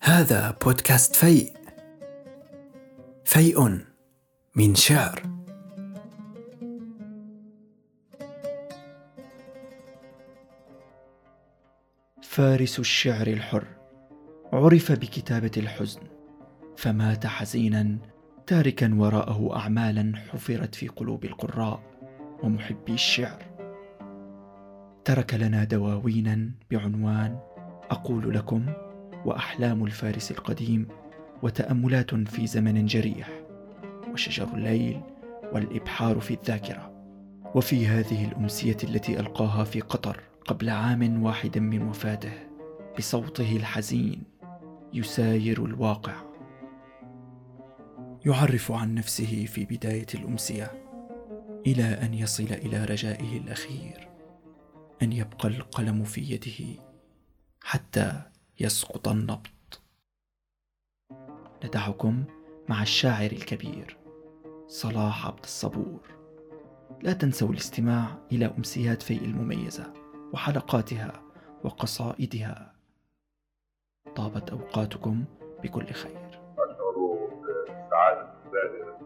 هذا بودكاست فيء من شعر. فارس الشعر الحر عرف بكتابة الحزن، فمات حزينا تاركا وراءه أعمالا حفرت في قلوب القراء ومحبي الشعر. ترك لنا دواوينا بعنوان أقول لكم، وأحلام الفارس القديم، وتأملات في زمن جريح، وشجر الليل، والإبحار في الذاكرة. وفي هذه الأمسية التي ألقاها في قطر قبل عام واحد من وفاته، بصوته الحزين يساير الواقع، يعرف عن نفسه في بداية الأمسية إلى أن يصل إلى رجائه الأخير، أن يبقى القلم في يده حتى يسقط النبض. ندعكم مع الشاعر الكبير صلاح عبد الصبور. لا تنسوا الاستماع إلى أمسيات فيء المميزة وحلقاتها وقصائدها. طابت أوقاتكم بكل خير. أشعر بسعادة بالغة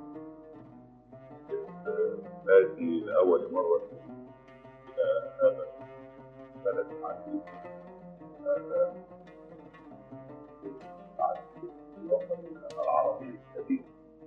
آتي لأول مرة إلى هذا البلد العزيز، هذا الوطن العربي الكبير،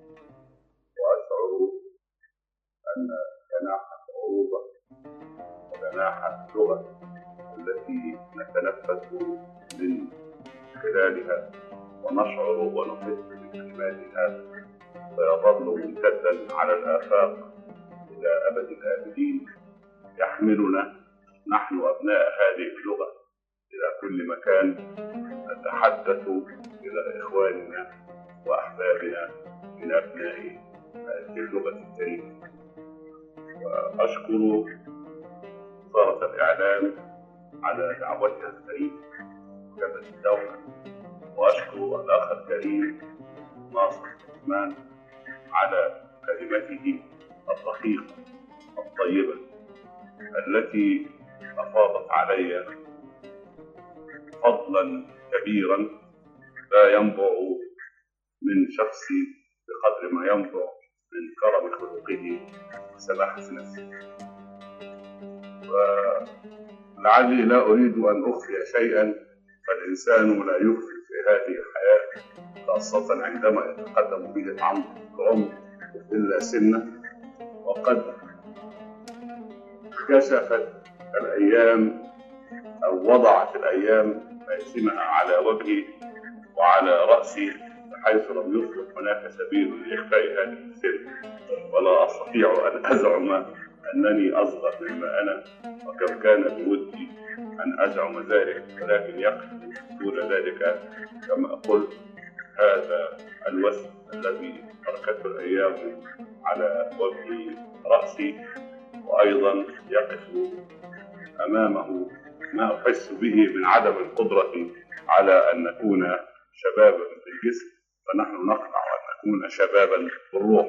وأشعر أن جناح العروبة وجناح اللغة التي نتنفس من خلالها ونشعر ونحس بكلماتها سيظل ممتدا على الآفاق إلى أبد الآبدين، يحملنا نحن أبناء هذه اللغة إلى كل مكان، نتحدث إلى إخواننا وأحبابنا من أبناء هذه اللغة الكريمة. وأشكر وزارة الإعلام على دعوتها الكريمة وكافة الدولة، وأشكر الأخ الكريم ناصر عثمان على كلمته الدقيقة الطيبة التي أفاضت علي فضلا كبيرا لا ينبع من شخصي بقدر ما ينبع من كرم خلقه وسماحة نفسه. ولعلي لا أريد أن أخفي شيئا، فالإنسان لا يخفي في هذه الحياة، خاصة عندما يتقدم به العمر إلا سنة. وقد كشفت الأيام أو وضعت الأيام ميسمها على وجهي وعلى رأسي، بحيث لم يصبح هناك سبيل لإخفاء هذه السن، ولا أستطيع أن أزعم أنني أصغر مما أنا، وكم كان بودي أن أزعم ذلك، ولكن يقف دون ذلك كما قلت هذا الوسم الذي تركته الأيام على وجه رأسي، وأيضا يقف أمامه ما أحس به من عدم القدرة على أن نكون شبابا في الجسم، فنحن نقطع أن نكون شبابا بالروح.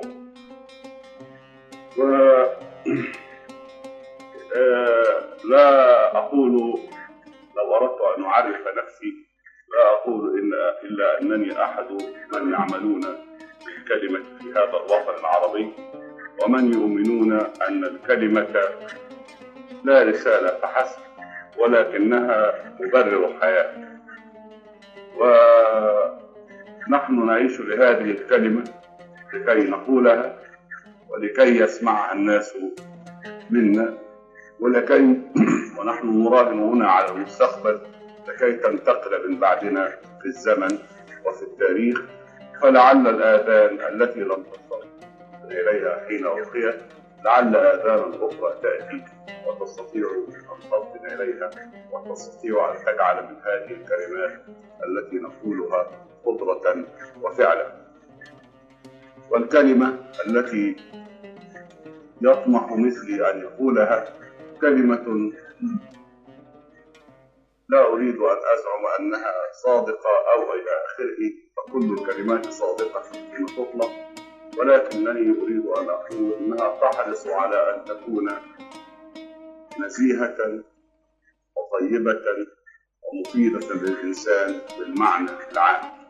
لا أقول لو أردت أن أعرف نفسي لا أقول إلا أنني أحد من يعملون بالكلمة في هذا الوطن العربي، ومن يؤمنون أن الكلمة لا رسالة فحسب، ولكنها مبرر حياة. ونحن نعيش لهذه الكلمة لكي نقولها، ولكي يسمعها الناس منا، ونحن نراهن هنا على المستقبل لكي تنتقل من بعدنا في الزمن وفي التاريخ. فلعل الآذان التي لم تصل إليها حين ألقيت، لعل آذان أخرى تأتي وتستطيع أن تصل إليها، وتستطيع أن تجعل من هذه الكلمات التي نقولها قدرة وفعلا. والكلمة التي يطمح مثلي أن يقولها كلمة لا أريد أن أزعم أنها صادقة أو إلى آخره، فكل الكلمات صادقة حين تطلق، ولكنني أريد أن أقول أنها تحرص على أن تكون نزيهة وطيبة ومفيدة للإنسان بالمعنى العام.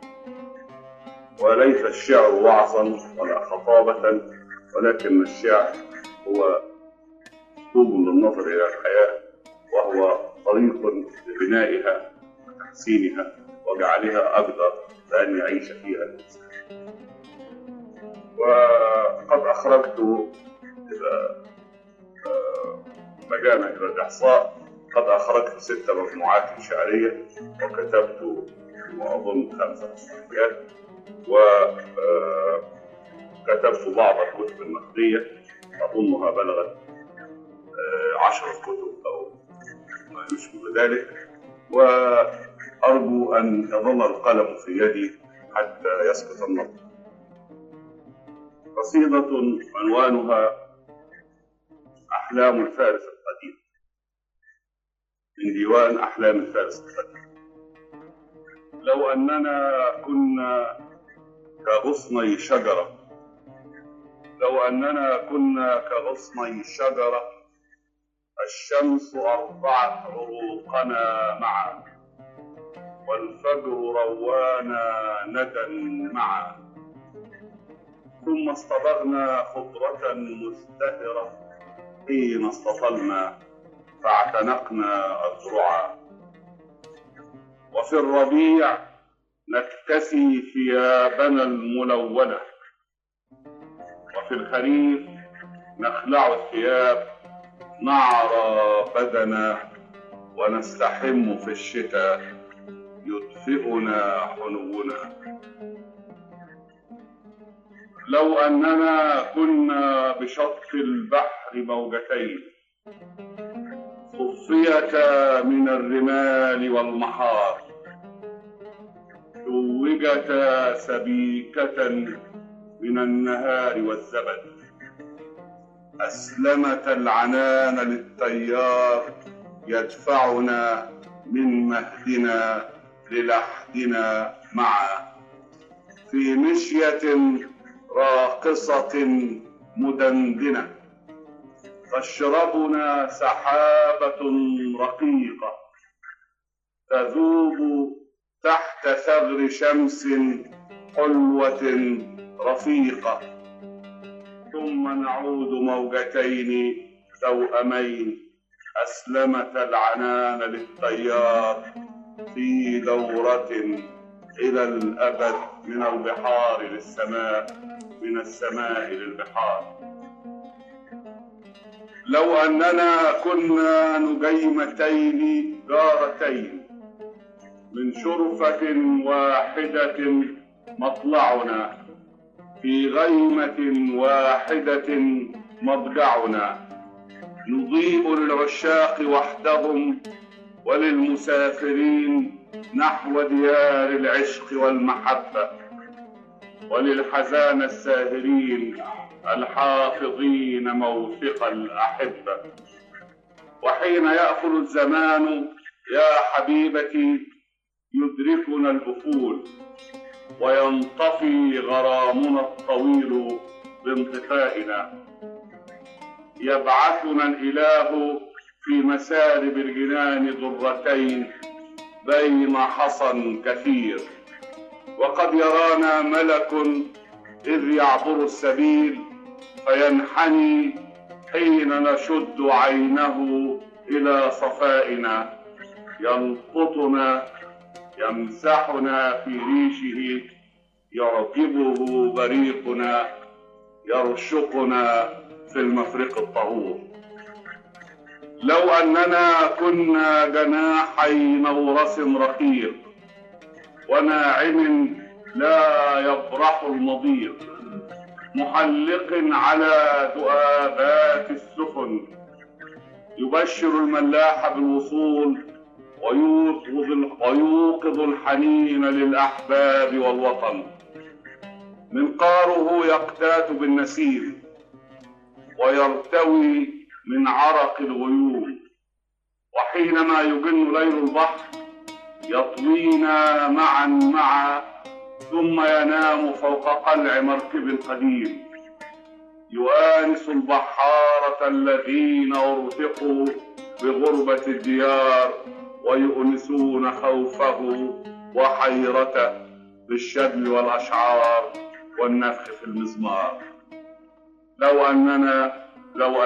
وليس الشعر وعظا ولا خطابة، ولكن الشعر هو أسلوب للنظر إلى الحياة، وهو طريق لبنائها وتحسينها وجعلها أقدر لأن يعيش فيها الإنسان. وقد أخرجت إذا مجانا إلى الإحصاء قد أخرجت 6 مجموعات شعرية، وكتبت ما أظن 5 مسرحيات، وكتبت بعض الكتب النقدية أظنها بلغت 10 كتب أو ما يشبه ذلك، وأرجو أن يظل القلم في يدي حتى يسقط النطق. قصيدة عنوانها أحلام الفارس القديم، من ديوان أحلام الفارس القديم. لو أننا كنا كغصني شجرة، لو أننا كنا كغصني شجرة، الشمس أرضعت عروقنا معا، والفجر روانا ندى معا، ثم اصطبغنا خضرة مزدهرة حين استطلنا فاعتنقنا الذرعا، وفي الربيع نكتسي ثيابنا الملونة، وفي الخريف نخلع الثياب نعرى بدنا، ونستحم في الشتاء يدفئنا حنونا. لو أننا كنا بشط البحر موجتين، صفيتا من الرمال والمحار، توجتا سبيكة من النهار والزبد، أسلمت العنان للتيار يدفعنا من مهدنا للحدنا معا، في مشية راقصة مدندنة تشربنا سحابة رقيقة، تذوب تحت ثغر شمس حلوة رفيقة، ثم نعود موجتين توأمين، أسلمت العنان للتيار في دورة إلى الأبد، من البحار للسماء، من السماء للبحار. لو أننا كنا نجيمتين جارتين، من شرفة واحدة مطلعنا، في غيمة واحدة مضجعنا، نضيء للعشاق وحدهم وللمسافرين نحو ديار العشق والمحبة، وللحزان الساهرين الحافظين موثق الأحبة. وحين يأخذ الزمان يا حبيبتي يدركنا الأفول، وينطفي غرامنا الطويل بانطفائنا، يبعثنا الإله في مسارب الجنان ذرتين بين حصن كثير، وقد يرانا ملك إذ يعبر السبيل فينحني حين نشد عينه إلى صفائنا، يلقطنا يمسحنا في ريشه، يعجبه بريقنا، يرشقنا في المفرق الطهور. لو أننا كنا جناحي نورس رقيق، وناعم لا يبرح المضيق، محلق على ذؤابات السفن، يبشر الملاح بالوصول ويوقظ الحنين للأحباب والوطن. منقاره يقتات بالنسيم، ويرتوي من عرق الغيوم، وحينما يجن ليل البحر يطوينا معا، ثم ينام فوق قلع مركب قديم، يؤانس البحارة الذين أرهقوا بغربة الديار، ويؤنسون خوفه وحيرته، بالشدل والأشعار والنفخ في المزمار. لو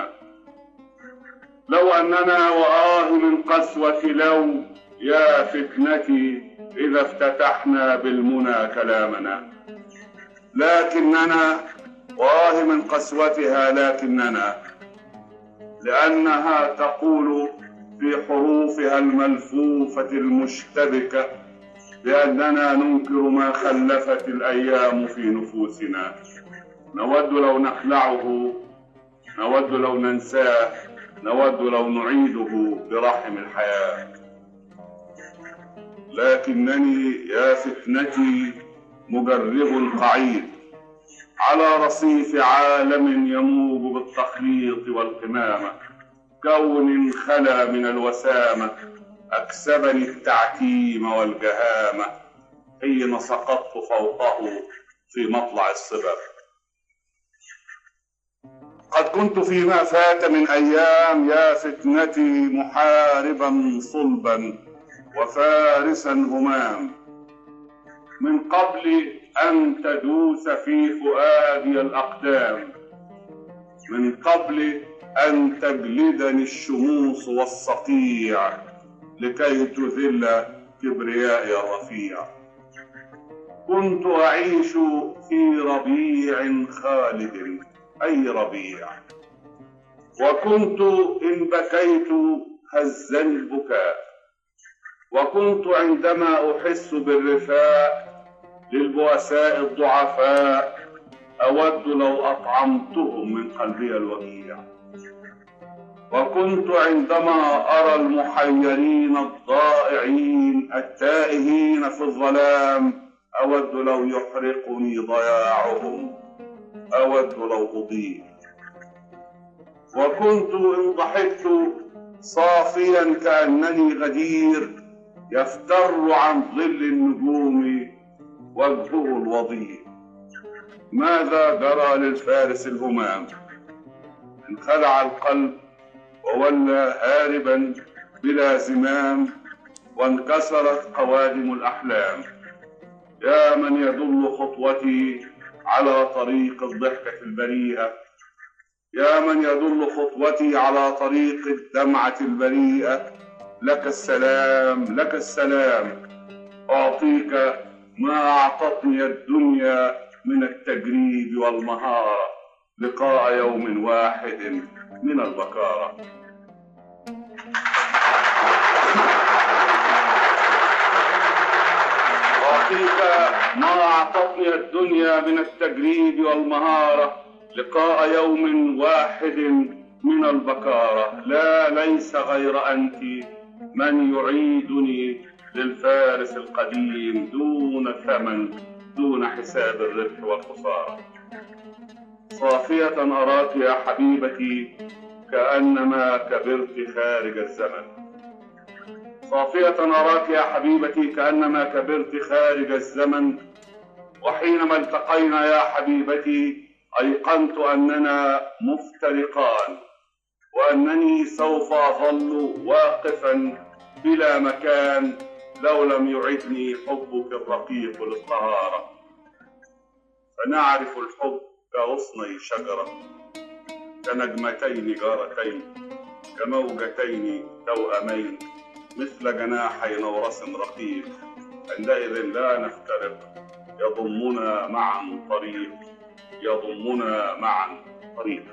أننا وآه من قسوة لو يا فتنتي إذا افتتحنا بالمنى كلامنا. لكننا وآه من قسوتها، لكننا لأنها تقول في حروفها الملفوفة المشتبكة بأننا ننكر ما خلفت الأيام في نفوسنا. نود لو نخلعه، نود لو ننساه، نود لو نعيده برحم الحياة. لكنني يا فتنتي مجرب قعيد على رصيف عالم يموج بالتخليط والقمامة، كون خلا من الوسامة أكسبني التعتيم والجهامة حين سقطت فوقه في مطلع الصبر. قد كنت فيما فات من أيام يا فتنتي محاربا صلبا وفارسا همام، من قبل أن تدوس في فؤادي الأقدام، من قبل أن تجلدني الشموس والصقيع لكي تذل كبريائي الرفيع. كنت أعيش في ربيع خالد، أي ربيع، وكنت إن بكيت هزني البكاء، وكنت عندما أحس بالرفاء للبؤساء الضعفاء أود لو أطعمتهم من قلبي الوجيع، وكنت عندما أرى المحيرين الضائعين التائهين في الظلام أود لو يحرقني ضياعهم، أود لو أضيء. وكنت إن ضحكت صافيا كأنني غدير يفتر عن ظل النجوم وجهه الوضيء. ماذا جرى للفارس الهمام؟ انخلع القلب وولى هاربا بلا زمام، وانكسرت قوادم الأحلام. يا من يدل خطوتي على طريق الضحكة البريئة، يا من يدل خطوتي على طريق الدمعة البريئة، لك السلام، لك السلام. أعطيك ما أعطتني الدنيا من التجريب والمهارة لقاء يوم واحد من البكارة. أعطيك ما أعطتني الدنيا من التجريب والمهارة لقاء يوم واحد من البكارة. لا، ليس غير أنت من يعيدني للفارس القديم دون ثمن، دون حساب الربح والخسارة. صافية أراك يا حبيبتي كأنما كبرت خارج الزمن، صافية أراك يا حبيبتي كأنما كبرت خارج الزمن. وحينما التقينا يا حبيبتي أيقنت أننا مفترقان، وأنني سوف أظل واقفا بلا مكان لو لم يعدني حبك الرقيق للطهارة. فنعرف الحب كغصني شجرة، كنجمتين جارتين، كموجتين توأمين، مثل جناحي نورس رقيق. عندئذ لا نفترق، يضمنا معا طريق، يضمنا معا طريق.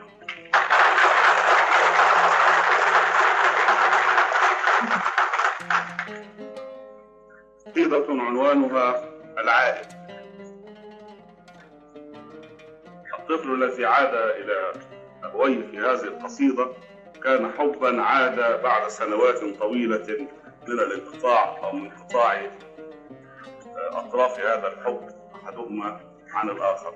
قصيدة عنوانها العائد. الطفل الذي عاد إلى أبويه في هذه القصيدة كان حبا عاد بعد سنوات طويلة من الانقطاع أو من انقطاع أطراف هذا الحب أحدهما عن الآخر.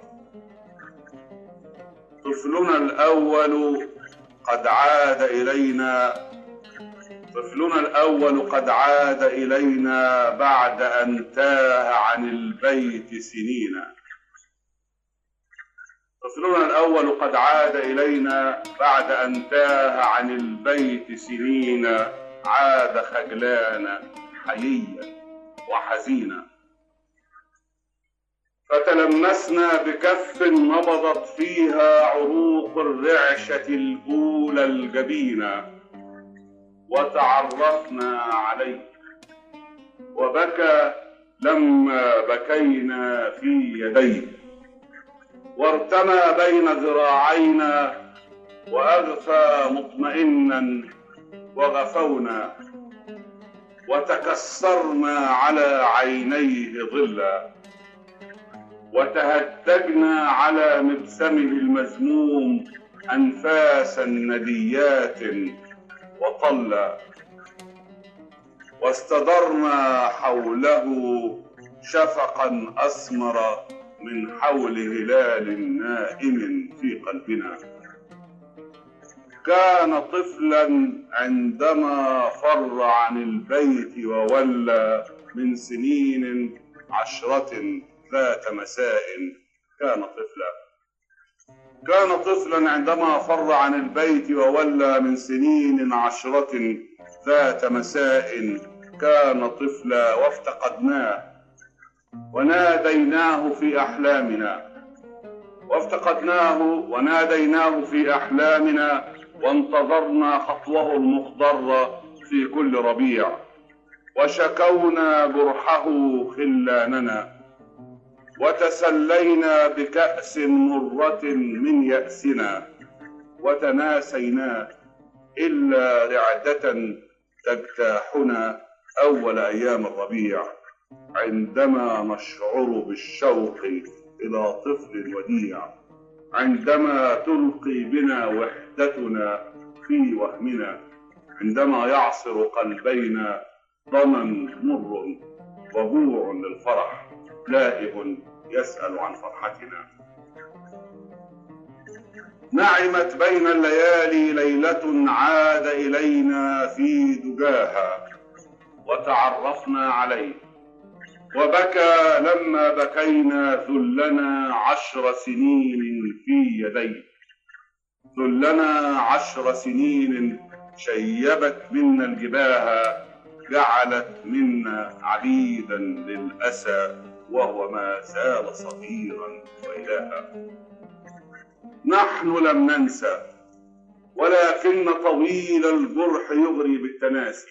طفلنا الأول قد عاد إلينا، طفلنا الأول قد عاد إلينا بعد أن تاه عن البيت سنينا. طفلنا الأول قد عاد إلينا بعد أن تاه عن البيت سنينا، عاد خجلانا حييا وحزينا. فتلمسنا بكف نبضت فيها عروق الرعشة الأولى الجبينة، وتعرفنا عليه، وبكى لما بكينا في يديه، وارتمى بين ذراعينا، وأغفى مطمئنا، وغفونا، وتكسرنا على عينيه ظلا، وتهدجنا على مبسمه المذموم أنفاسا نديات وطلا، واستدرنا حوله شفقا أسمر من حول هلال نائم في قلبنا. كان طفلا عندما فر عن البيت وولى من سنين 10 ذات مساء. كان طفلا عندما فر عن البيت وولى من سنين 10 ذات مساء. كان طفلا وافتقدناه وناديناه في أحلامنا وانتظرنا خطوه المخضرة في كل ربيع، وشكونا جرحه خلاننا، وتسلينا بكأس مرة من يأسنا، وتناسيناه إلا رعدة تجتاحنا أول أيام الربيع، عندما نشعر بالشوق إلى طفل وديع، عندما تلقي بنا وحدتنا في وهمنا، عندما يعصر قلبينا ضمن مر وجوع للفرح لائب يسأل عن فرحتنا. نعمت بين الليالي ليلة عاد إلينا في دجاها، وتعرفنا عليه، وبكى لما بكينا ذلنا 10 سنين في يديه، ذلنا 10 سنين شيبت منا الجباهة، جعلت منا عبيدا للأسى، وهو ما زال صغيرا وإلها. نحن لم ننسى، ولكن طويل الجرح يغري بالتناسي،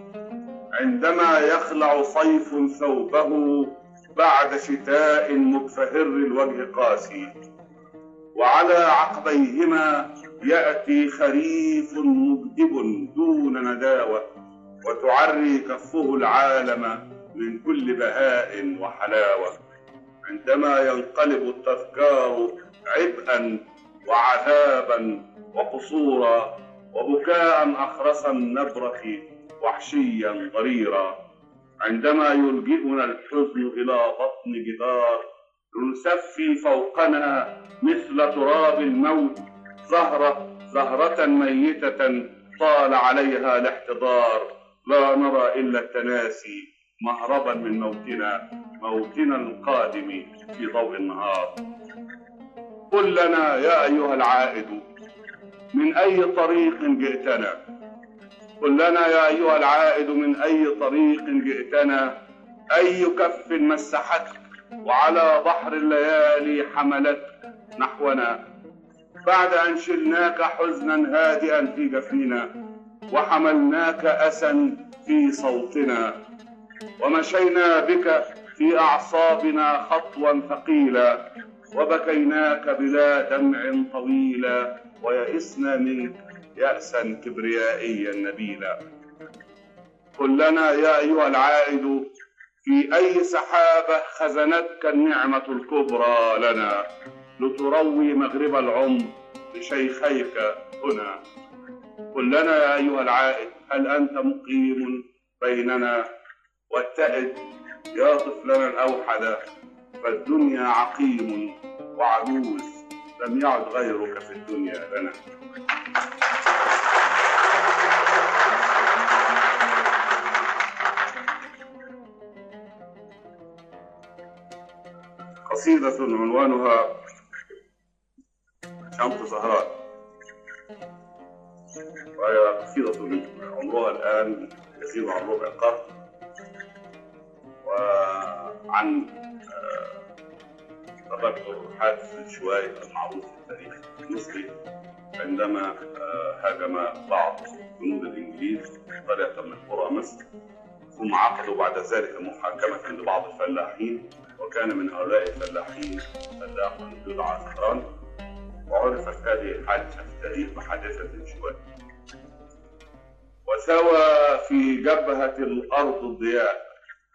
عندما يخلع صيف ثوبه بعد شتاء متفهر الوجه قاسي، وعلى عقبيهما يأتي خريف مجدب دون نداوة، وتعري كفه العالم من كل بهاء وحلاوة، عندما ينقلب التذكار عبئا وعذابا وقصورا، وبكاء أخرس النبرة وحشيا ضريرا، عندما يلجئنا الحزن إلى بطن جدار نسفي فوقنا مثل تراب الموت زهرة ميتة طال عليها الاحتضار، لا نرى إلا التناسي مهربا من موتنا القادم في ضوء النهار. قل لنا يا أيها العائد من أي طريق جئتنا، قل لنا يا أيها العائد من أي طريق جئتنا، أي كف مسحتك وعلى بحر الليالي حملتك نحونا، بعد أن شلناك حزنا هادئا في جفننا، وحملناك أسا في صوتنا، ومشينا بك في أعصابنا خطوا ثقيلا، وبكيناك بلا دمع طويلا، ويئسنا منك يأسا كبريائيا نبيلا. قل لنا يا أيها العائد في أي سحابة خزنتك النعمة الكبرى لنا، لتروي مغرب العمر لشيخيك هنا. قل لنا يا أيها العائد هل أنت مقيم بيننا، واتئد يا طفلنا الأوحد، فالدنيا عقيم وعجوز، لم يعد غيرك في الدنيا لنا. قصيدة عنوانها شمس زهراء، وهي قصيدة عمرها الآن يزيد عن ربع قرن، وعن تذكر حادث شوي المعروف في التاريخ المصري عندما هاجم بعض جنود الإنجليز قرية من قرى مصر، ثم عقدوا بعد ذلك محاكمة لبعض الفلاحين، وكان من هؤلاء الفلاحين فلاح يدعى زهران، وعرفت هذه الحادثة في التاريخ بحادثة شوي. وسوى في جبهة الأرض الضياء،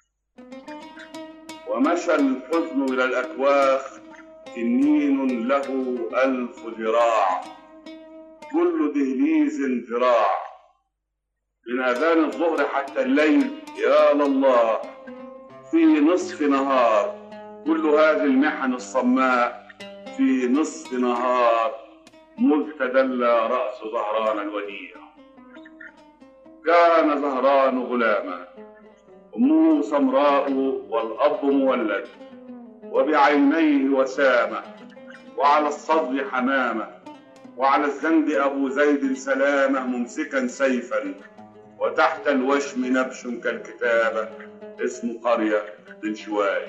ومشى الحزن إلى الأكواخ، تنين له 1000 ذراع، كل دهليز ذراع، من أذان الظهر حتى الليل يا لله، في نصف نهار، كل هذه المحن الصماء في نصف نهار، مذ تدلى رأس زهران الوديع. كان زهران غلاما، أمه سمراء والأب مولد، وبعينيه وسامة، وعلى الصدر حمامة، وعلى الزند أبو زيد سلامة ممسكا سيفا، وتحت الوشم نبش كالكتابة اسم قرية بن شواي.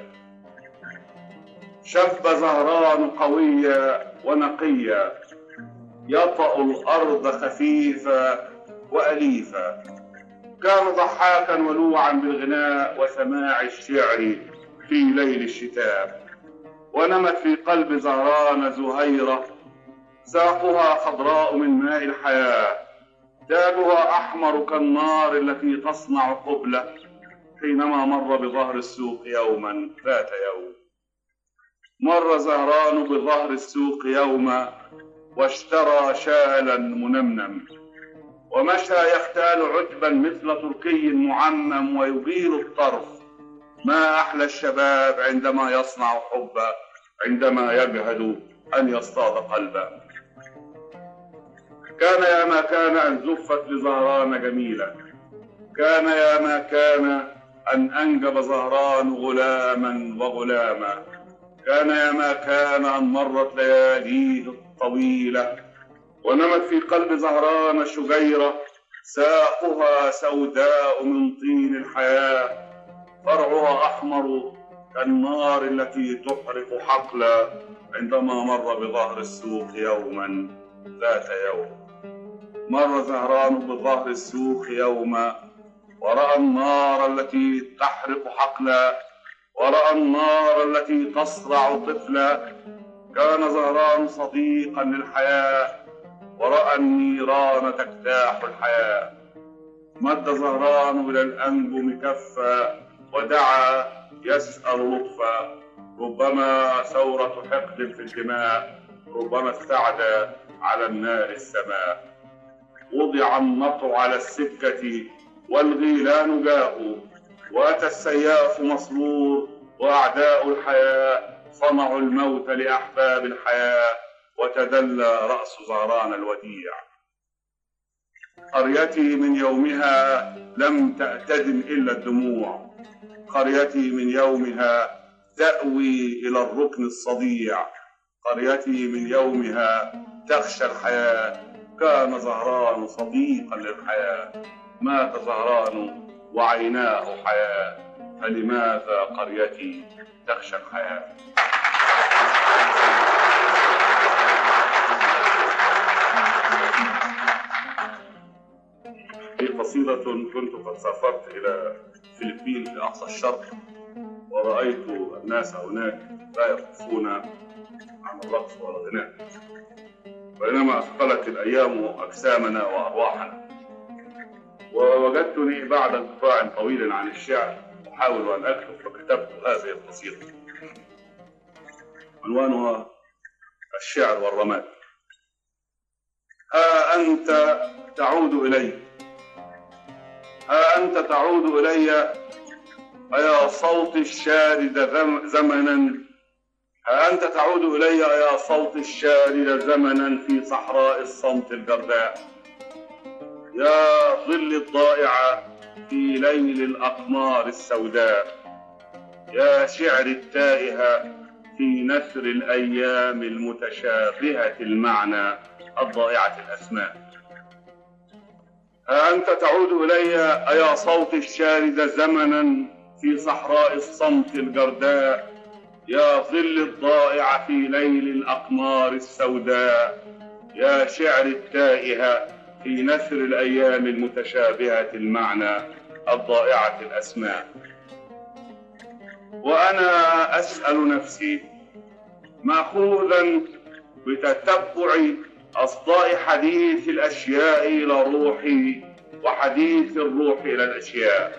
شب زهران قويا ونقيا، يطأ الأرض خفيفا وأليفا، كان ضحاكا ولوعا بالغناء وسماع الشعر في ليل الشتاء. ونمت في قلب زهران زهيرة، ساقها خضراء من ماء الحياة، تاجها أحمر كالنار التي تصنع قبلة، حينما مر بظهر السوق يوما ذات يوم. مر زهران بظهر السوق يوما، واشترى شالا منمنم، ومشى يختال عتبا مثل تركي معمم ويبيل الطرف. ما أحلى الشباب عندما يصنع حبا، عندما يجهد أن يصطاد قلبا. كان يا ما كان أن زفت لزهران جميلة، كان يا ما كان أن أنجب زهران غلاما وغلاما، كان يا ما كان أن مرت لياليه الطويلة، ونمت في قلب زهران شجيرة، ساقها سوداء من طين الحياة، فرعها أحمر كالنار التي تحرق حقلا، عندما مر بظهر السوق يوما ذات يوم. مر زهران بظهر السوق يوما، ورأى النار التي تحرق حقلا، ورأى النار التي تصرع طفلا. كان زهران صديقا للحياة، ورأى النيران تجتاح الحياة. مد زهران إلى الأنجم كفا، ودعا يسأل لطفا، ربما ثورة حقد في الدماء، ربما استعدى على النار السماء. وضع النطع على السكة والغيلان جاءوا، وأتى السياف مسرور، وأعداء الحياة صنعوا الموت لأحباب الحياة، وتدلى رأس زهران الوديع. قريتي من يومها لم تأتدم إلا الدموع، قريتي من يومها تأوي إلى الركن الصديع، قريتي من يومها تخشى الحياة. كان زهران صديقا للحياة، مات زهران وعيناه حياة، فلماذا قريتي تخشى الحياة؟ في قصيدة كنت قد سافرت إلى الفلبين في أقصى الشرق، ورأيت الناس هناك لا يقفون عن الرقص والغناء، بينما أثقلت الأيام أجسامنا وأرواحنا. ووجدتني بعد انقطاع طويل عن الشعر أحاول أن أكتب، فكتبت هذه القصيدة عنوانها الشعر والرماد. ها أنت تعود إلي، ها أنت تعود إلي، أيا صوت الشارد زمنا، ها أنت تعود إلي يا صوت الشارد زمنا في صحراء الصمت الجرداء، يا ظل الضائع في ليل الأقمار السوداء، يا شعر التائه في نثر الأيام المتشابهة المعنى الضائعة الأسماء. ها أنت تعود إلي أيا صوت الشارد زمنا في صحراء الصمت الجرداء، يا ظل الضائع في ليل الأقمار السوداء، يا شعر التائهة في نثر الأيام المتشابهة المعنى الضائعة الأسماء. وأنا أسأل نفسي مأخوذا بتتبع أصداء حديث الأشياء إلى روحي وحديث الروح إلى الأشياء،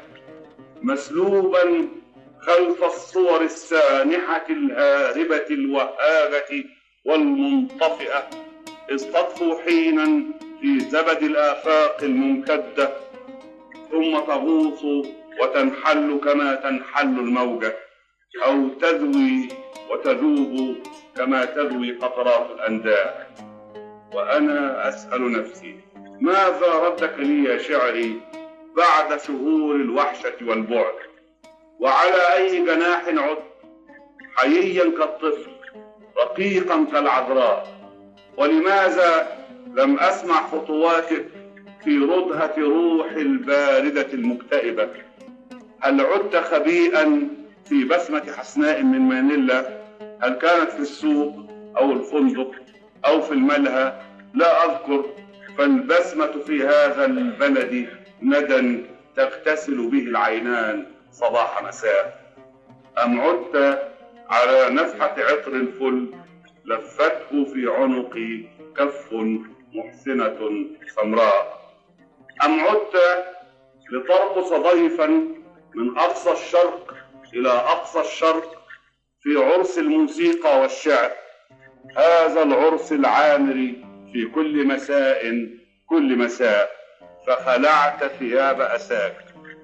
مسلوبا خلف الصور السانحة الهاربة الوهابة والمنطفئة، استطفوا حينا في زبد الآفاق الممتدة، ثم تغوص وتنحل كما تنحل الموجة، أو تذوي وتذوب كما تذوي قطرات الأنداء. وأنا أسأل نفسي ماذا ردك لي يا شعري بعد شهور الوحشة والبعد؟ وعلى أي جناح عدت؟ حييا كالطفل، رقيقا كالعذراء. ولماذا لم أسمع خطواتك في ردهة روح الباردة المكتئبة؟ هل عدت خبيئا في بسمة حسناء من مانيلا؟ هل كانت في السوق أو الفندق أو في الملهى؟ لا أذكر، فالبسمة في هذا البلد ندى تغتسل به العينان صباح مساء. أم عدت على نفحة عطر الفل لفته في عنقي كف محسنة سمراء؟ أم عدت لترقص ضيفا من أقصى الشرق إلى أقصى الشرق في عرس الموسيقى والشعر، هذا العرس العامر في كل مساء فخلعت ثياب أساك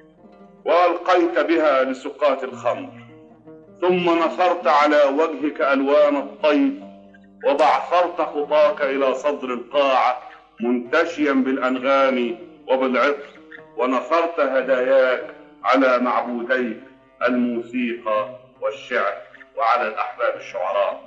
وألقيت بها لسقاة الخمر، ثم نثرت على وجهك ألوان الطيف وبعثرت خطاك إلى صدر القاعة منتشيا بالأنغام وبالعطر، ونثرت هداياك على معبوديك الموسيقى والشعر وعلى الأحباب الشعراء.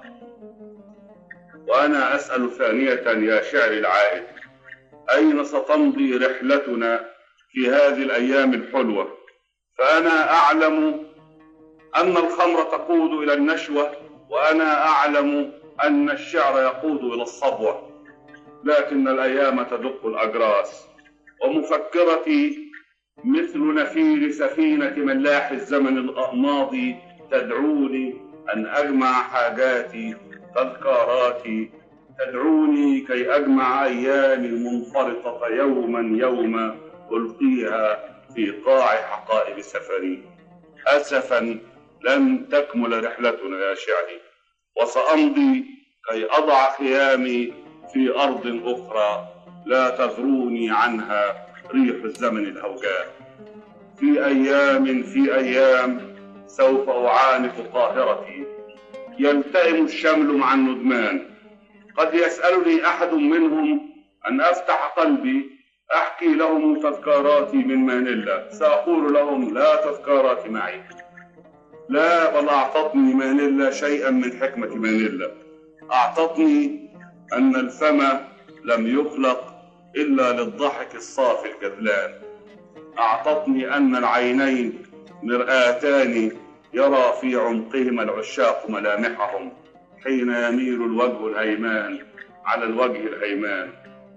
وأنا أسأل ثانية يا شعري العائد، أين ستمضي رحلتنا في هذه الأيام الحلوة؟ فأنا أعلم أن الخمر تقود إلى النشوة، وأنا أعلم أن الشعر يقود إلى الصبوة، لكن الأيام تدق الأجراس، ومفكرتي مثل نفير سفينة ملاح الزمن الماضي تدعوني أن أجمع حاجاتي تذكاراتي، تدعوني كي أجمع أيامي المنفرطة يوما ألقيها في قاع حقائب سفري. أسفا لن تكمل رحلتنا يا شعري، وسأمضي كي أضع خيامي في أرض أخرى لا تغروني عنها ريح الزمن الهوجاء. في أيام سوف أعانق قاهرتي، يلتئم الشمل مع الندمان. قد يسألني أحد منهم أن أفتح قلبي أحكي لهم تذكاراتي من مانيلا، سأقول لهم لا تذكارات معي، لا، بل أعطتني مانيلا شيئا من حكمة مانيلا. أعطتني أن الفم لم يخلق إلا للضحك الصافي الكذلان. أعطتني أن العينين مرآتان يرى في عمقهما العشاق ملامحهم حين يميل الوجه الهيمان على الوجه الهيمان.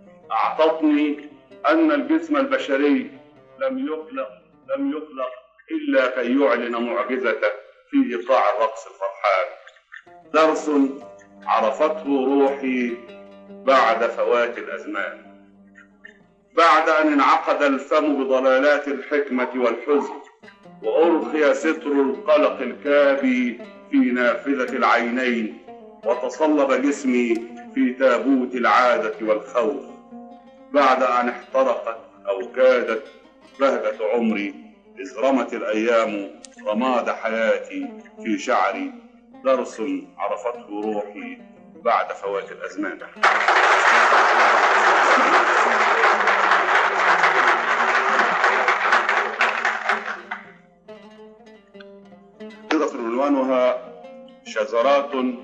أعطتني أن الجسم البشري لم يخلق إلا كي يعلن معجزته في إيقاع الرقص الفرحان. درس عرفته روحي بعد فوات الأزمان، بعد أن انعقد الفم بضلالات الحكمة والحزن، وأرخي ستر القلق الكابي في نافذة العينين، وتصلب جسمي في تابوت العادة والخوف، بعد أن احترقت أو كادت بهجة عمري، إذ رمت الأيام رماد حياتي في شعري. درس عرفته روحي بعد فوات الأزمان. قصة عنوانها شذرات من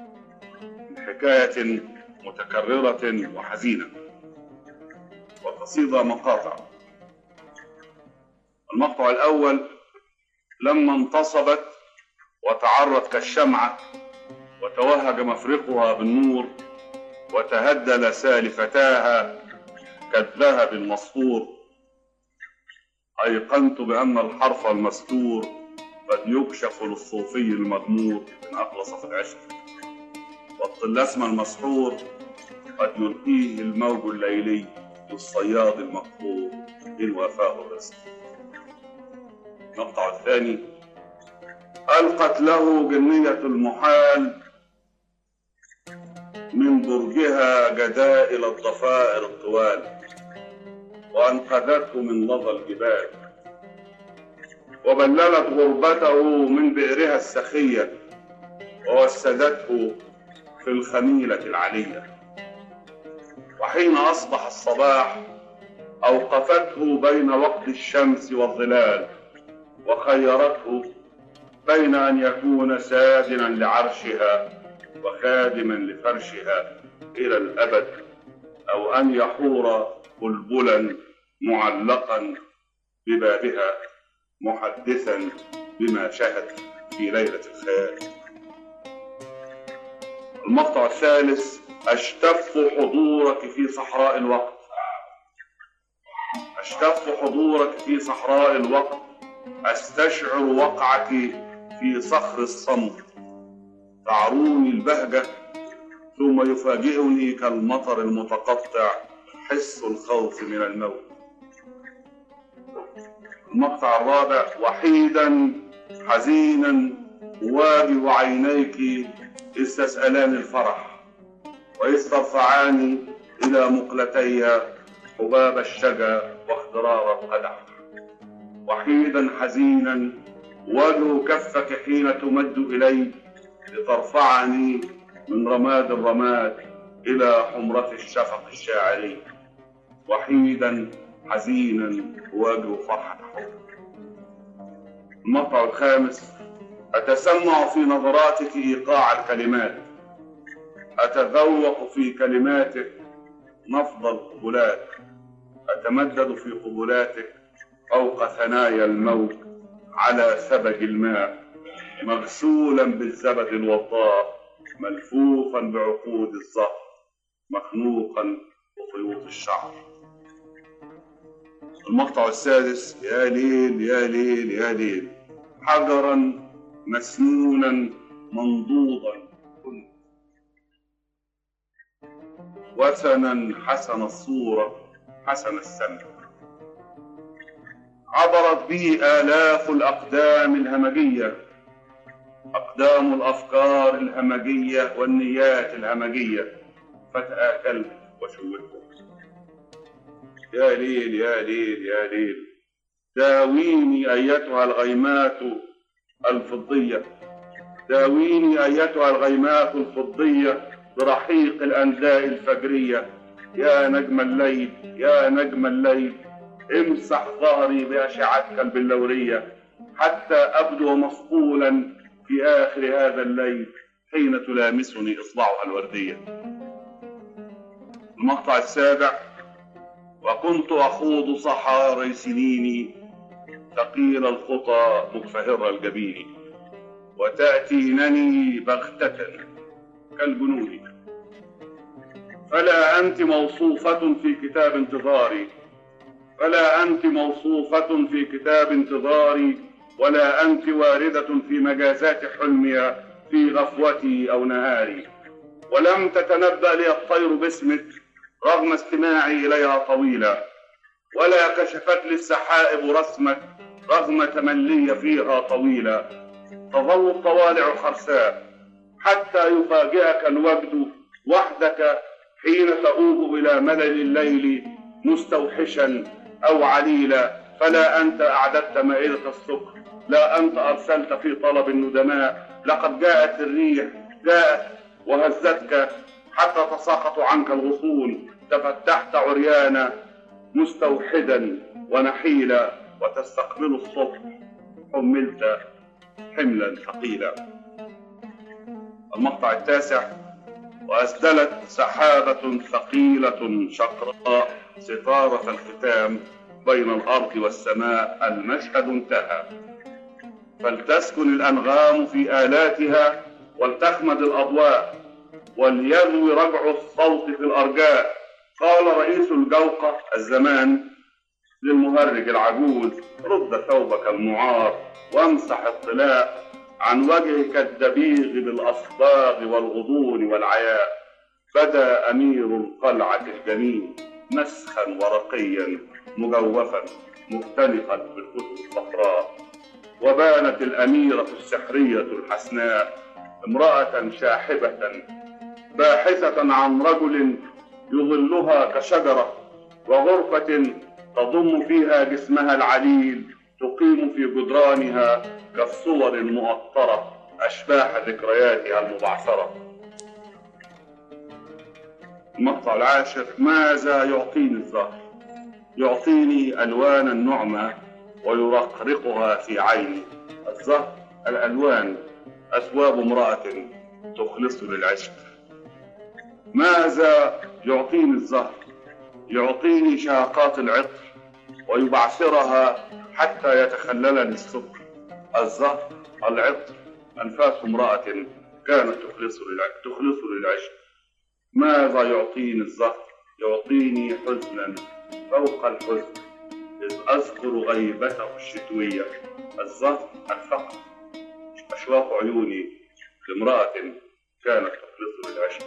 حكاية متكررة وحزينة، والقصيدة مقاطع. المقطع الأول: لما انتصبت وتعرت كالشمعة وتوهج مفرقها بالنور وتهدل سالفتاها كالذهب المصفور. أيقنت بأن الحرف المستور قد يكشف للصوفي المغمور إن أخلص في العشق، والطلسم المسحور قد يلقيه الموج الليلي للصياد المقهور إن وافاه الرزق. المقطع الثاني: ألقت له جنية المحال من برجها جدائل الضفائر الطوال، وأنقذته من لظى الجبال، وبللت غربته من بئرها السخية، ووسدته في الخميلة العلية. وحين أصبح الصباح أوقفته بين وقت الشمس والظلال، وخيرته بين أن يكون سادنا لعرشها وخادما لفرشها إلى الأبد، أو أن يحور بلبلا معلقا ببابها محدثا بما شهد في ليلة الخيال. المقطع الثالث: أشتف حضورك في صحراء الوقت. أشتف حضورك في صحراء الوقت، أستشعر وقعك في صخر الصمت، تعروني البهجة ثم يفاجئني كالمطر المتقطع حس الخوف من الموت. المقطع الرابع: وحيدا حزينا أواجه عينيك إذ تسألان الفرح، وإذ ترفعاني إلى مقلتيها حباب الشجا واخضرار القدح. وحيدا حزينا وجه كفك حين تمد إلي لترفعني من رماد الرماد إلى حمرة الشفق الشاعري. وحيدا حزينا وجه فرحة حب. المقطع الخامس: أتسمع في نظراتك إيقاع الكلمات، أتذوق في كلماتك نفض القبلات، أتمدد في قبلاتك فوق ثنايا الموت على سبج الماء، مغسولا بالزبد الوضاء، ملفوفا بعقود الزهر، مخنوقا بخيوط الشعر. المقطع السادس: يا ليل يا ليل يا ليل، حجرا مسنونا منضوضا كنت، وثنا حسن الصورة حسن السمع، عبرت بي آلاف الأقدام الهمجية، أقدام الأفكار الهمجية والنيات الهمجية، فتآكلت وشوهت. يا ليل يا ليل يا ليل، داويني أيتها الغيمات الفضية، داويني أيتها الغيمات الفضية برحيق الأنداء الفجرية. يا نجم الليل يا نجم الليل، امسح ظهري بأشعتك البلورية حتى أبدو مصقولا في آخر هذا الليل حين تلامسني إصبعها الوردية. المقطع السابع: وكنت أخوض صحاري سنيني ثقيل الخطى مكفهر الجبين، وتأتينني بغتة كالجنون، فلا أنت موصوفة في كتاب انتظاري، فلا أنت موصوفة في كتاب انتظاري، ولا أنت واردة في مجازات حلمي في غفوتي أو نهاري، ولم تتنبأ لي الطير باسمك رغم استماعي إليها طويلا، ولا كشفت لي السحائب رسمك رغم تملي فيها طويلا. تظل الطوالع خرساء حتى يفاجئك الوجد وحدك حين تؤوب إلى ملل الليل مستوحشا أو عليلا، فلا أنت أعددت مائدة السكر، لا أنت أرسلت في طلب الندماء، لقد جاءت الريح جاءت وهزتك حتى تساقط عنك الغصون، تفتحت عريانا مستوحدا ونحيلا، وتستقبل الصبح حملت حملا ثقيلا. المقطع التاسع: وأسدلت سحابة ثقيلة شقراء ستارة الختام بين الأرض والسماء، المشهد انتهى، فلتسكن الأنغام في آلاتها ولتخمد الأضواء وليغوي رجع الصوت في الأرجاء. قال رئيس الجوقة الزمان للمهرج العجوز: رد ثوبك المعار وامسح الطلاء عن وجهك الدبيغ بالأصباغ والغضون والعياء. بدا أمير القلعة الجميل مسخا ورقيا مجوفا مختلقا بالكتب الصفراء، وبانت الأميرة السحرية الحسناء امرأة شاحبة باحثة عن رجل يظلها كشجرة، وغرفة تضم فيها جسمها العليل تقيم في جدرانها كالصور المؤطرة أشباح ذكرياتها المبعثرة. المقطع العاشر: ماذا يعطيني الزهر؟ يعطيني ألوانا نعمة ويرقرقها في عيني. الزهر الألوان أثواب امرأة تخلص للعشق. ماذا يعطيني الزهر؟ يعطيني شهقات العطر ويبعثرها حتى يتخللني السكر. الزهر العطر أنفاس امرأة كانت تخلص للعشق. ماذا يعطيني الزهر؟ يعطيني حزنا فوق الحزن إذ أذكر غيبته الشتوية. الزهر الفقر أشواق عيوني لامرأة كانت تخلص للعشق.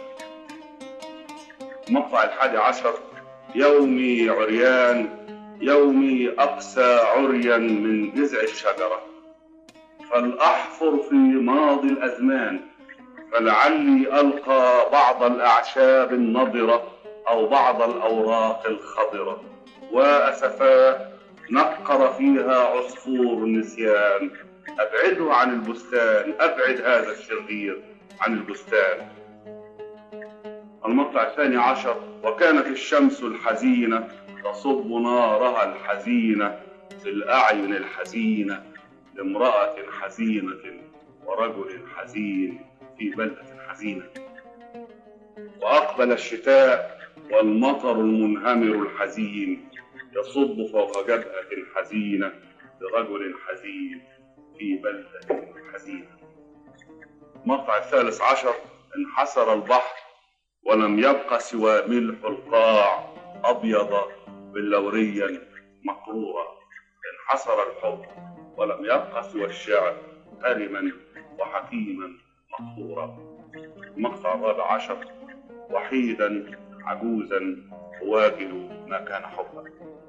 المقطع 11: يومي عريان، يومي أقسى عريا من جذع الشجرة، فلأحفر في ماضي الأزمان فلعلي ألقى بعض الأعشاب النضرة أو بعض الأوراق الخضرة. وأسفاه نقر فيها عصفور النسيان، أبعده عن البستان، أبعد هذا الشرير عن البستان. المقطع 12: وكانت الشمس الحزينة تصب نارها الحزينة في الأعين الحزينة لامرأة حزينة ورجل حزين في بلدة حزينة. وأقبل الشتاء والمطر المنهمر الحزين يصب فوق جبهة حزينة لرجل حزين في بلدة حزينة. المقطع 13: انحسر البحر ولم يبق سوى ملح القاع أبيض بلوريا مقرورا. انحسر الحب ولم يبق سوى الشعر هرما وحكيما مقهورا. المقطع 14: وحيدا عجوزا أواجه ما كان حبا.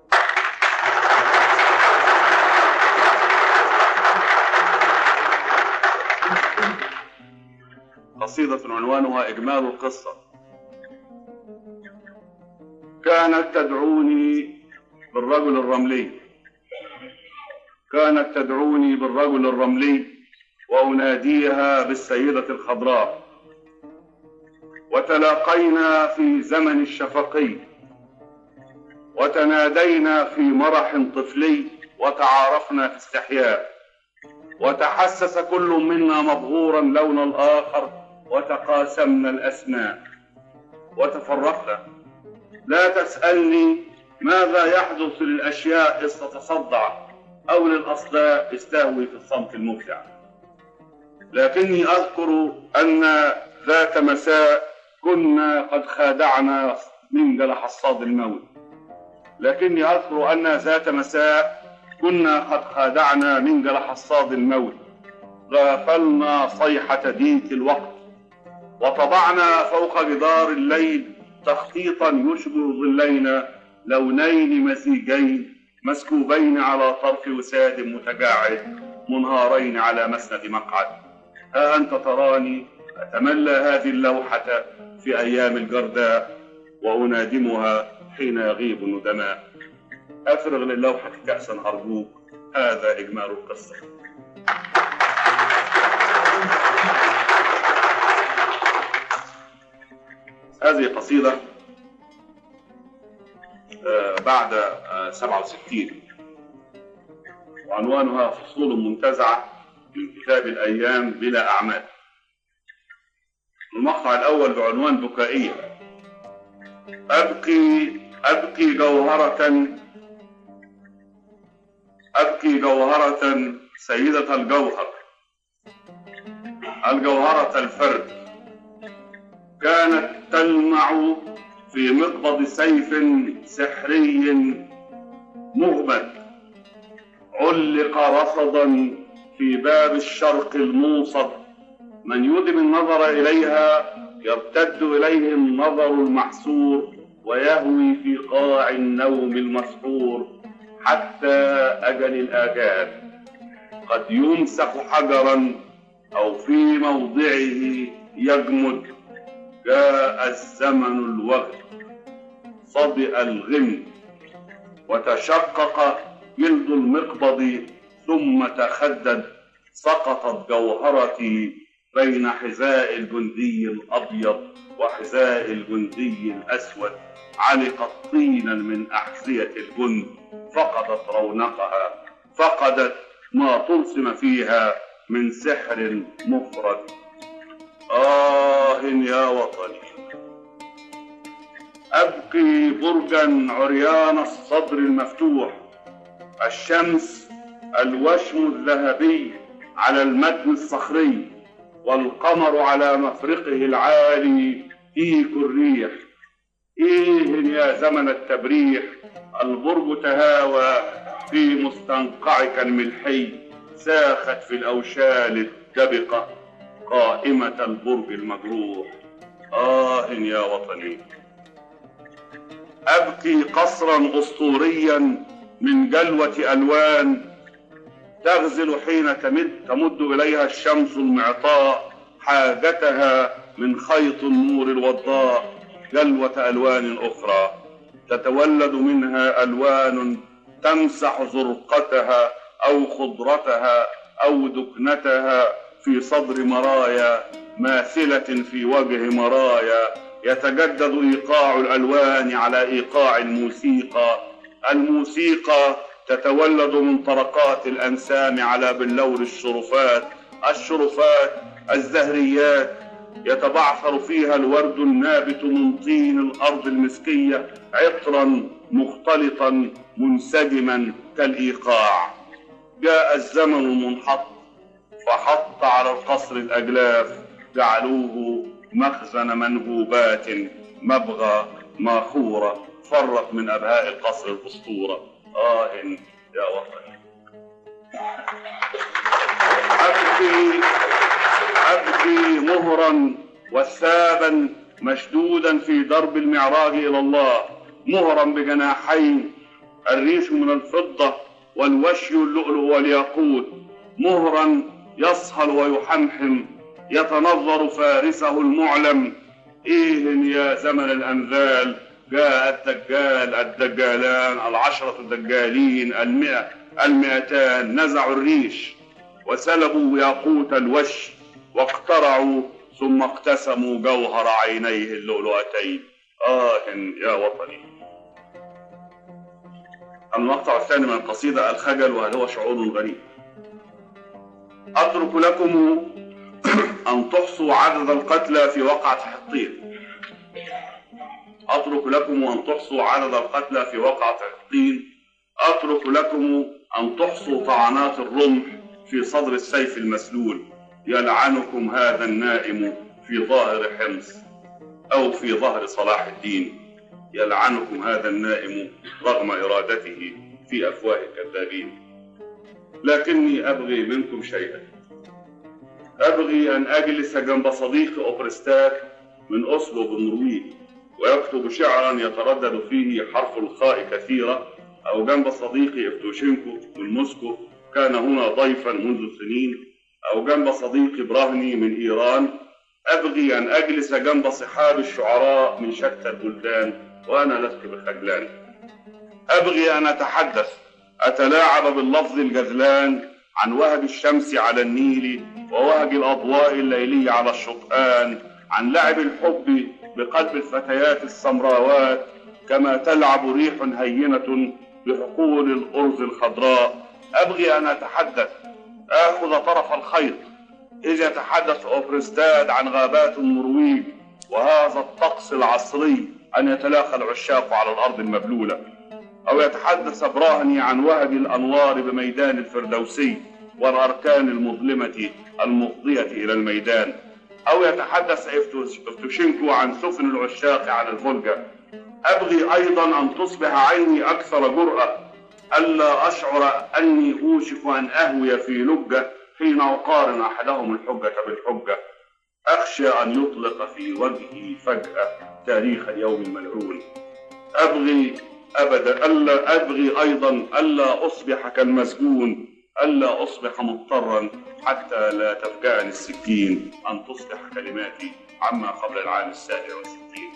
قصيدة عنوانها إجمال القصة. كانت تدعوني بالرجل الرملي، كانت تدعوني بالرجل الرملي وأناديها بالسيدة الخضراء، وتلاقينا في زمن الشفقي وتنادينا في مرح طفلي وتعارفنا في استحياء، وتحسس كل منا مبهورا لون الآخر وتقاسمنا الأسماء وتفرقنا. لا تسألني ماذا يحدث للأشياء إذ تتصدع أو للأصداء استهوي في الصمت المفزع، لكني أذكر أن ذات مساء كنا قد خادعنا منجل حصاد الموت، لكني أذكر أن ذات مساء كنا قد خادعنا منجل حصاد الموت، غافلنا صيحة ديك الوقت وطبعنا فوق جدار الليل تخطيطا يشبه ظلينا لونين مزيجين مسكوبين على طرف وساد متجاعد منهارين على مسند مقعد. ها أنت تراني أتملى هذه اللوحة في أيام الجرداء وأنادمها حين يغيب الندماء. أفرغ للوحة كأسا أرجوك، هذا إجمال القصة. هذه قصيدة بعد 67 وعنوانها فصول منتزعة من كتاب الأيام بلا أعمال. المقطع الأول بعنوان بكائية: أبكي جوهرة سيدة الجوهر، الجوهرة الفرد، كانت تلمع في مقبض سيف سحري مغمد علق رصدا في باب الشرق الموصد. من يدم النظر إليها يرتد إليه النظر المحسور ويهوي في قاع النوم المسحور حتى أجل الآجال. قد يمسك حجرا أو في موضعه يجمد. جاء الزمن الوغد، صدئ الغم، وتشقق جلد المقبض ثم تخدد. سقطت جوهرتي بين حذاء الجندي الأبيض وحذاء الجندي الأسود. علقت طينا من أحذية الجند، فقدت رونقها، فقدت ما طلسم فيها من سحر مفرد. يا وطني، أبقي برجا عريان الصدر المفتوح، الشمس الوشم الذهبي على المتن الصخري، والقمر على مفرقه العالي تيك الريح. يا زمن التبريح، البرج تهاوى في مستنقعك الملحي، ساخت في الأوشال الدبقة قائمة البرج المجروح. يا وطني، أبكي قصرا أسطوريا من جلوة ألوان، تغزل حين تمد إليها الشمس المعطاء حاجتها من خيط النور الوضاء. جلوة ألوان أخرى تتولد منها ألوان تمسح زرقتها أو خضرتها أو دكنتها في صدر مرايا ماثلة في وجه مرايا. يتجدد إيقاع الألوان على إيقاع الموسيقى. الموسيقى تتولد من طرقات الأنسام على بلور الشرفات. الشرفات الزهريات يتبعثر فيها الورد النابت من طين الأرض المسكية عطرا مختلطا منسجما كالإيقاع. جاء الزمن المنحط فحط على القصر الأجلاف، جعلوه مخزن منهوبات مبغى ماخورة فرت من أبهاء القصر الأسطورة. يا وطني، أبكي مهرا وثابا مشدودا في درب المعراج إلى الله، مهرا بجناحين، الريش من الفضة والوشي اللؤلؤ والياقوت، مهرا يصهل ويحمحم يتنظر فارسه المعلم. يا زمن الأنذال، جاء الدجالان، 10 الدجالين، 100 المئتان، نزعوا الريش وسلبوا ياقوت الوش واقترعوا ثم اقتسموا جوهر عينيه اللؤلؤتين. يا وطني. المقطع الثاني من القصيدة الخجل، وهل هو شعور غريب. أترك لكم أن تحصوا عدد القتلى في وقعة حطين. أترك لكم أن تحصوا عدد القتلى في وقعة حطين. أترك لكم أن تحصوا طعنات الرمح في صدر السيف المسلول. يلعنكم هذا النائم في ظاهر حمص أو في ظهر صلاح الدين. يلعنكم هذا النائم رغم إرادته في أفواه الكذابين. لكني أبغي منكم شيئا. أبغي أن أجلس جنب صديقي أوبرستاك من أوسلو بالنرويج ويكتب شعرا يتردد فيه حرف الخاء كثيرة، أو جنب صديقي إفتوشينكو من موسكو كان هنا ضيفا منذ سنين، أو جنب صديقي براهني من إيران. أبغي أن أجلس جنب صحاب الشعراء من شتى البلدان وأنا لست بخجلان. أبغي أن أتلاعب باللفظ الجذلان عن وهج الشمس على النيل ووهج الأضواء الليلية على الشطآن، عن لعب الحب بقلب الفتيات السمراوات كما تلعب ريح هينة بحقول الأرز الخضراء. أبغي أن آخذ طرف الخيط إذ يتحدث أوبرستاد عن غابات النرويج وهذا الطقس العصري أن يتلاقى العشاق على الأرض المبلولة، أو يتحدث براهني عن وهج الأنوار بميدان الفردوسي والأركان المظلمة المفضية إلى الميدان، أو يتحدث إفتوشينكو عن سفن العشاق على الفولجا. أبغي أيضا أن تصبح عيني أكثر جرأة، ألا أشعر أني أوشك أن أهوي في لجة حين أقارن أحدهم الحجة بالحجة. أخشى أن يطلق في وجهي فجأة تاريخ اليوم الملعون. أبغي أيضا ألا أصبح كالمسجون، ألا أصبح مضطرا حتى لا تفجعني السكين، أن تصبح كلماتي عما قبل العام 67.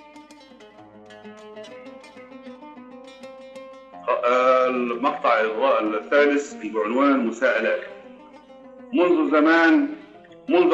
المقطع الثالث بعنوان مساءلات. منذ زمان، منذ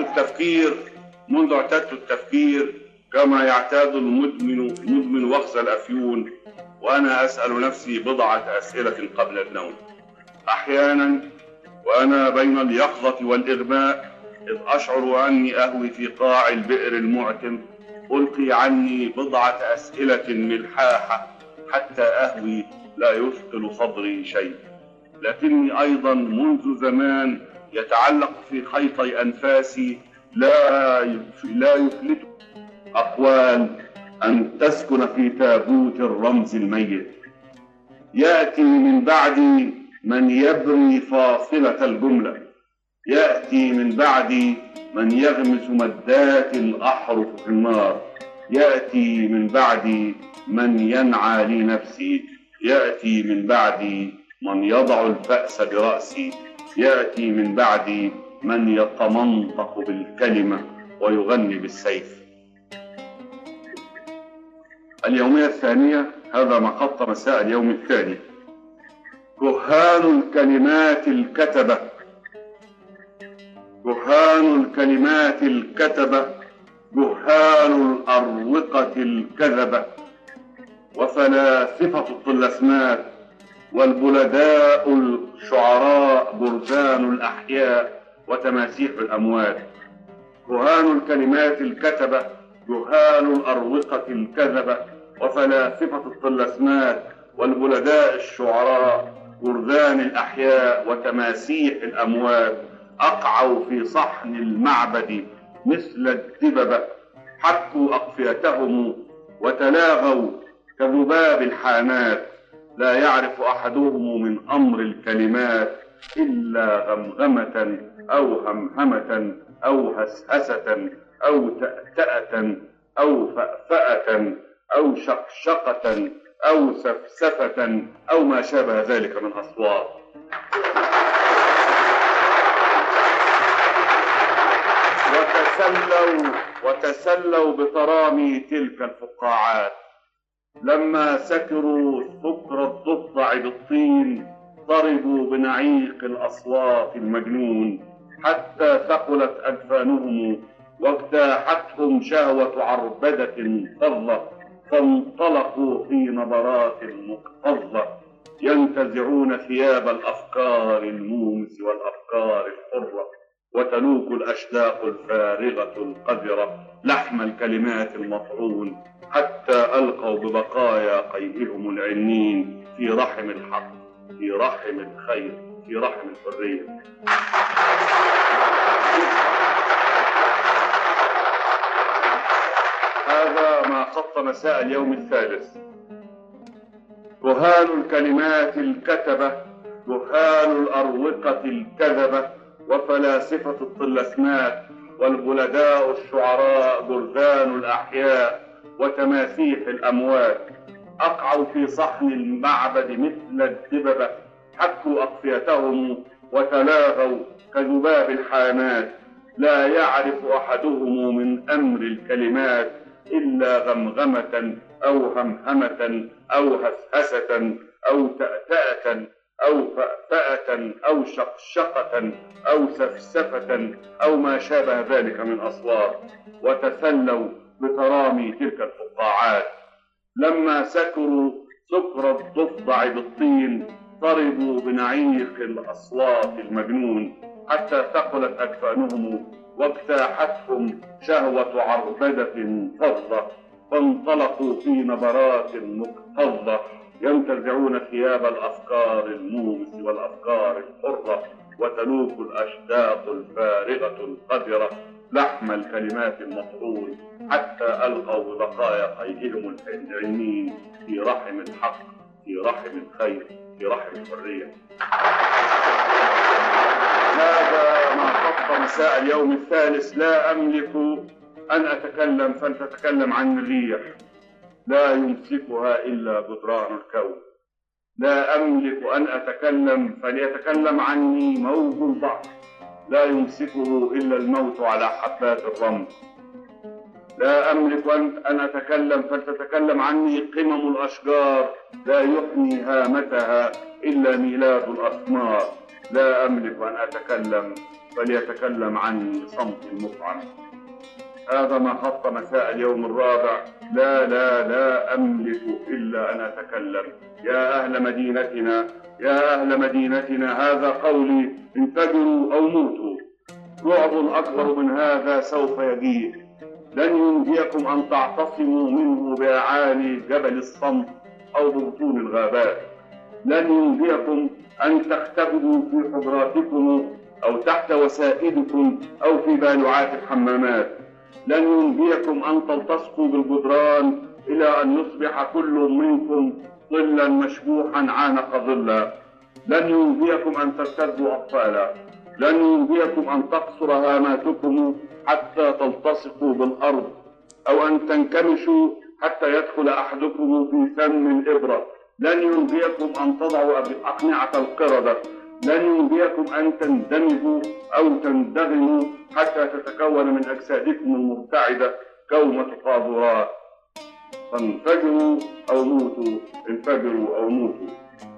اعتدت التفكير كما يعتاد المدمن وخز الأفيون، وأنا أسأل نفسي بضعة أسئلة قبل النوم. أحيانا وأنا بين اليقظة والإغماء، إذ أشعر أني أهوي في قاع البئر المعتم، ألقي عني بضعة أسئلة ملحاحة حتى أهوي لا يثقل صدري شيء. لكني أيضا منذ زمان يتعلق في خيطي أنفاسي لا يفلت أقوال أن تسكن في تابوت الرمز الميت. يأتي من بعدي من يبري فاصلة الجملة، يأتي من بعدي من يغمس مدات الأحرف في النار، يأتي من بعدي من ينعى لي نفسي، يأتي من بعدي من يضع الفأس برأسي، يأتي من بعدي من يتمنطق بالكلمة ويغني بالسيف. اليومية الثانية، هذا ما خط مساء اليوم الثاني. كهان الكلمات الكتبة، كهان الكلمات الكتبة، كهان الأروقة الكذبة، وفلاسفة الطلسمات، والبلداء الشعراء برزان الأحياء وتماسيح الأموات. كهان الكلمات الكتبة، كهان الأروقة الكذبة، وفلاسفة الطلسمات، والبلداء الشعراء برزان الأحياء وتماسيح الأموات، أقعوا في صحن المعبد مثل الدببة، حكوا أقفيتهم وتلاغوا كذباب الحانات. لا يعرف أحدهم من أمر الكلمات إلا غمغمة أو همهمة أو هسهسة أو تأتأة أو فأفأة أو شقشقة أو سفسفة أو ما شابه ذلك من أصوات. وتسلوا بترامي تلك الفقاعات. لما سكروا سكر الضفدع بالطين، ضربوا بنعيق الأصوات المجنون، حتى ثقلت أجفانهم واجتاحتهم شهوة عربدة فظة، فانطلقوا في نبرات مكتظة، ينتزعون ثياب الأفكار المومس والأفكار الحرة، وتلوك الأشداق الفارغة القذرة لحم الكلمات المطعون، حتى ألقوا ببقايا قيئهم العنين في رحم الحق، في رحم الخير، في رحم الحرية. هذا ما خط مساء اليوم الثالث. كهان الكلمات الكتبة، كهان الأروقة الكذبة، وفلاسفة الطلسمات، والبلداء الشعراء برزان الأحياء وتماسيح الأموات، أقعوا في صحن المعبد مثل الدببة، حكوا أقفيتهم وتلاغوا كذباب الحانات. لا يعرف أحدهم من أمر الكلمات إلا غمغمة أو همهمة أو هسهسة أو تأتأة أو فأفأة أو شقشقة أو سفسفة أو ما شابه ذلك من أصوات. وتسلوا بترامي تلك الفقاعات. لما سكروا سكر الضفدع بالطين، ضربوا بنعيق الأصوات المجنون، حتى ثقلت أجفانهم واجتاحتهم شهوة عربدة فظة، فانطلقوا في نبرات مكتظة، ينتزعون ثياب الأفكار المومس والأفكار الحرة، وتلوك الأشداق الفارغة القذرة لحم الكلمات المطحون حتى ألقوا ببقايا قيئهم العنين في رحم الحق، في رحم الخير، في رحم الحرية. هذا ما خط مساء اليوم الثالث. لا أملك أن أتكلم فلتتكلم عن الريح، لا يمسكها إلا جدران الكون. لا أملك أن أتكلم فليتكلم عني موج البحر، لا يمسكه إلا الموت على حبات الرمل. لا أملك أن أتكلم فلتتكلم عني قمم الأشجار، لا يحني هامتها إلا ميلاد الأثمار. لا أملك أن أتكلم فليتكلم عني صمت المطعم. هذا ما خط مساء اليوم الرابع. لا أملك إلا أن أتكلم. يا أهل مدينتنا، يا أهل مدينتنا، هذا قولي: انفجروا أو موتوا. رعب أكبر من هذا سوف يجيء. لن ينجيكم أن تعتصموا منه بأعالي جبل الصمت أو ببطون الغابات. لن ينجيكم أن تختبئوا في حجراتكم أو تحت وسائدكم أو في بالوعات الحمامات. لن ينجيكم أن تلتصقوا بالجدران إلى أن يصبح كل منكم ظلا مشبوحا عانق ظلا. لن ينجيكم أن ترتدوا أطفالا. لن ينجيكم أن تقصر هاماتكم حتى تلتصقوا بالأرض، أو أن تنكمشوا حتى يدخل أحدكم في فم الإبرة. لن ينجيكم أن تضعوا أقنعة القردة. لن ينجيكم أن تندمجوا أو تندغموا حتى تتكون من أجسادكم المرتعدة كومة قاذورات. فانفجروا أو موتوا، انفجروا أو موتوا.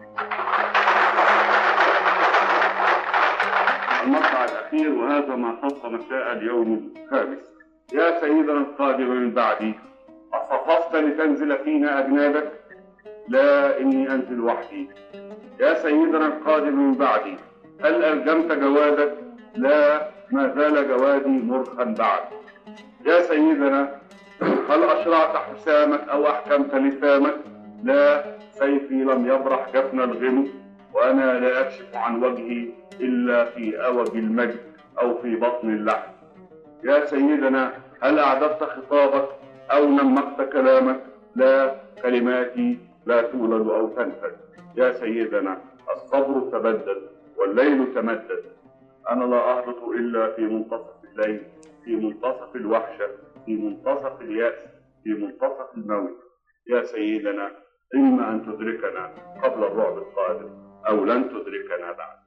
المقطع الأخير، وهذا ما خص مساء اليوم الخامس. يا سيدنا القادم من بعدي، أصففت لتنزل فينا أجنابك؟ لا، إني أنزل وحدي. يا سيدنا القادم من بعدي، هل ألجمت جوادك؟ لا، ما زال جوادي مرخا بعد. يا سيدنا، هل أشرعت حسامك أو أحكمت لثامك؟ لا، سيفي لم يبرح جفن الغم، وأنا لا أكشف عن وجهي إلا في أوج المجد أو في بطن اللحم. يا سيدنا، هل أعددت خطابك أو نمقت كلامك؟ لا، كلماتي لا تولد أو تنفد. يا سيدنا، الصبر تبدد والليل تمدد. أنا لا أهبط إلا في منتصف الليل، في منتصف الوحشة، في منتصف اليأس، في منتصف الموت. يا سيدنا، إما أن تدركنا قبل الرعب القادم أو لن تدركنا بعد.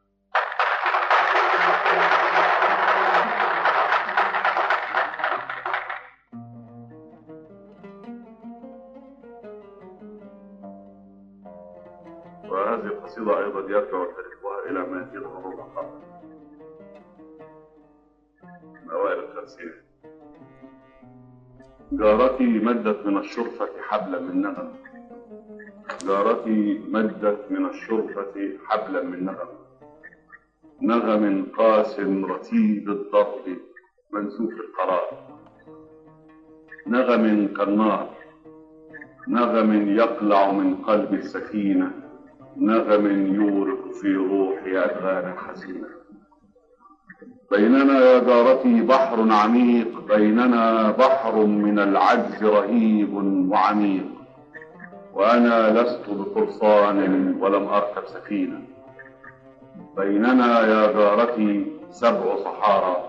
وهذه القصيدة أيضا يرجع تاريخها إلى ما يزيد عن ربع قرن، من أوائل الخمسينات. جارتي مدت من الشرفة حبلا من نغم. جارتي مدت من الشرفة حبلا من نغم. نغم قاس رتيب الضرب منسوف القرار. نغم كالنار. نغم يقلع من قلب السكينة. نغم يورق في روحي أدغانا حزينة. بيننا يا جارتي بحر عميق، بيننا بحر من العجز رهيب وعميق، وأنا لست بقرصان ولم أركب سفينة. بيننا يا جارتي 7 صحارى،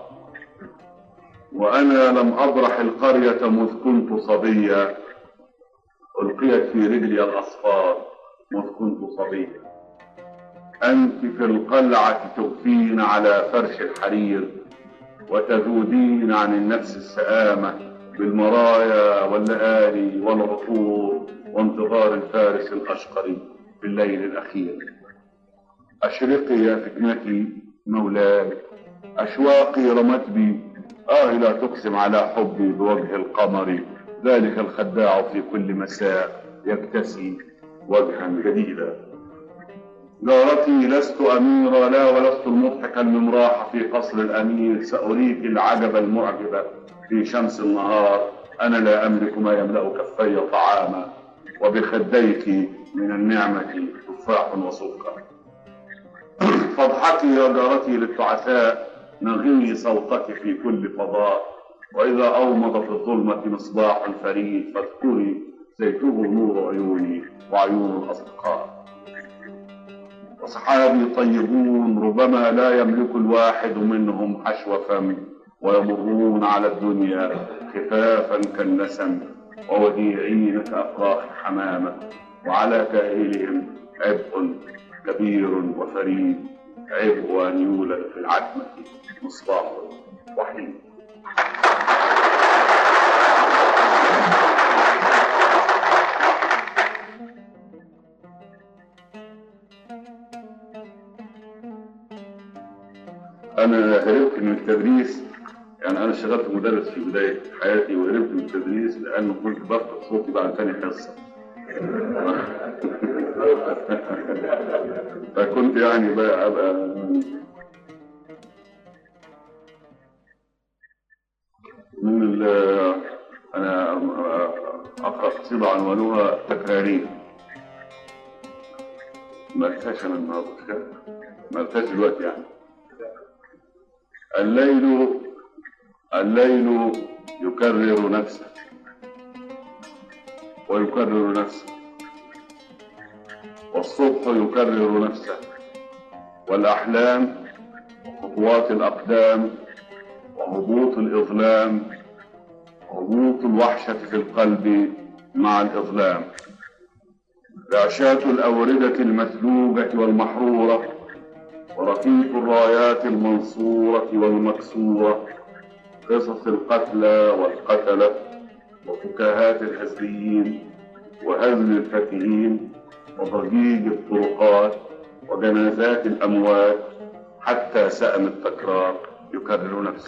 وأنا لم أبرح القرية مذ كنت صبيا. ألقيت في رجلي الأصفار مذ كنت صبيا. أنت في القلعة تغفين على فرش الحرير، وتذودين عن النفس السآمة بالمرايا واللآلي والعطور وانتظار الفارس الأشقر في الليل الأخير. أشرقي يا فتنتي مولاي، أشواقي رمت بي، لا تقسم على حبي بوجه القمر، ذلك الخداع في كل مساء يكتسي وجها جديدا. جارتي لست أميرا، لا، ولست المضحك الممراح في قصر الأمير. سأريك العجب المعجب في شمس النهار. أنا لا أملك ما يملأ كفي طعاما، وبخديك من النعمة تفاح وسكر. فاضحكي يا جارتي للتعساء، نغي صوتك في كل فضاء. وإذا أومض في الظلمة مصباح فريد فاذكري زيته نور عيوني وعيون الأصدقاء. وصحابي طيبون ربما لا يملك الواحد منهم حشو فم، ويمرون على الدنيا خفافا كالنسم ووديعين كأفراح حمامة، وعلى كاهلهم عبء كبير وفريد، عبء أن يولد في العتمة مصباح وحيد. أنا هربت من التدريس، يعني أنا اشتغلت مدرس في بداية حياتي، وهربت من التدريس لأنه كنت بفقد صوتي بعد ثاني حصة. فكنت يعني بقى أبقى من أنا أقرأ قصيدة عنوانها تكرارين. ما قلتهاش أنا النهارده، ما قلتهاش دلوقتي يعني. الليل يكرر نفسه ويكرر نفسه، والصبح يكرر نفسه، والأحلام وخطوات الأقدام وهبوط الإظلام، هبوط الوحشة في القلب مع الإظلام، رعشات الأوردة المثلوجة والمحرورة، ورفيق الرايات المنصورة والمكسورة، قصص القتلى والقتلة، وفكاهات الهزليين وهزل الفتيين، وضجيج الطرقات وجنازات الأموات، حتى سأم التكرار يكرر نفسه.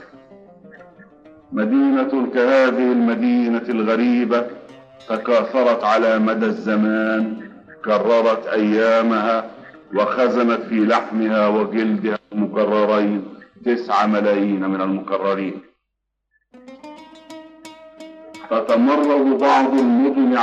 مدينة كهذه المدينة الغريبة تكاثرت على مدى الزمان، كررت أيامها وخزنت في لحمها وجلدها المكررين 9 ملايين من المكررين. تتمرد بعض المدن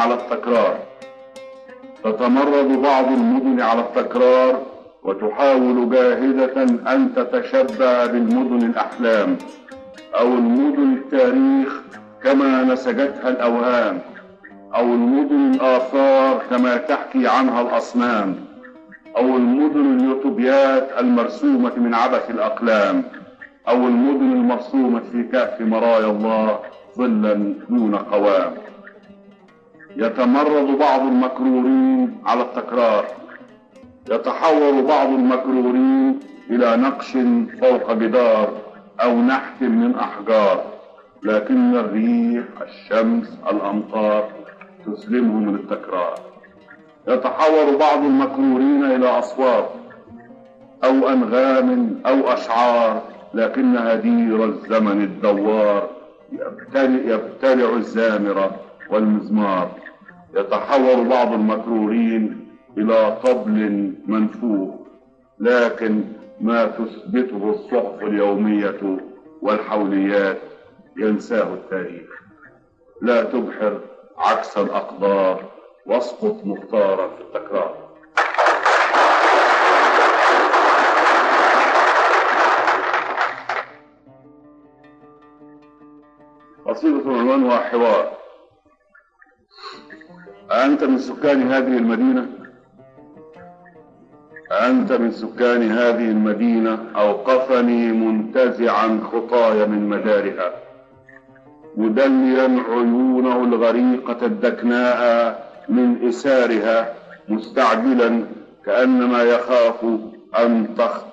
على التكرار، وتحاول جاهدة أن تتشبه بالمدن الأحلام أو المدن التاريخ كما نسجتها الأوهام، أو المدن الآثار كما تحكي عنها الأصنام، أو المدن اليوتوبيات المرسومة من عبث الأقلام، أو المدن المرسومة في كهف مرايا الله ظلا دون قوام. يتمرد بعض المكرورين على التكرار، يتحول بعض المكرورين إلى نقش فوق جدار أو نحت من أحجار، لكن الريح، الشمس، الأمطار تسلمهم من التكرار. يتحول بعض المكرورين إلى أصوات أو أنغام أو أشعار، لكن هدير الزمن الدوار يبتلع الزامرة والمزمار. يتحول بعض المكرورين إلى طبل منفوخ، لكن ما تثبته الصحف اليومية والحوليات ينساه التاريخ. لا تبحر عكس الأقدار واسقط مختارا في التكرار. قصيدة عنوانها حوار. أنت من سكان هذه المدينة؟ أنت من سكان هذه المدينة أوقفني منتزعا خطايا من مدارها، مدليا عيونه الغريقة الدكناء من إسارها، مستعجلا كأنما يخاف أن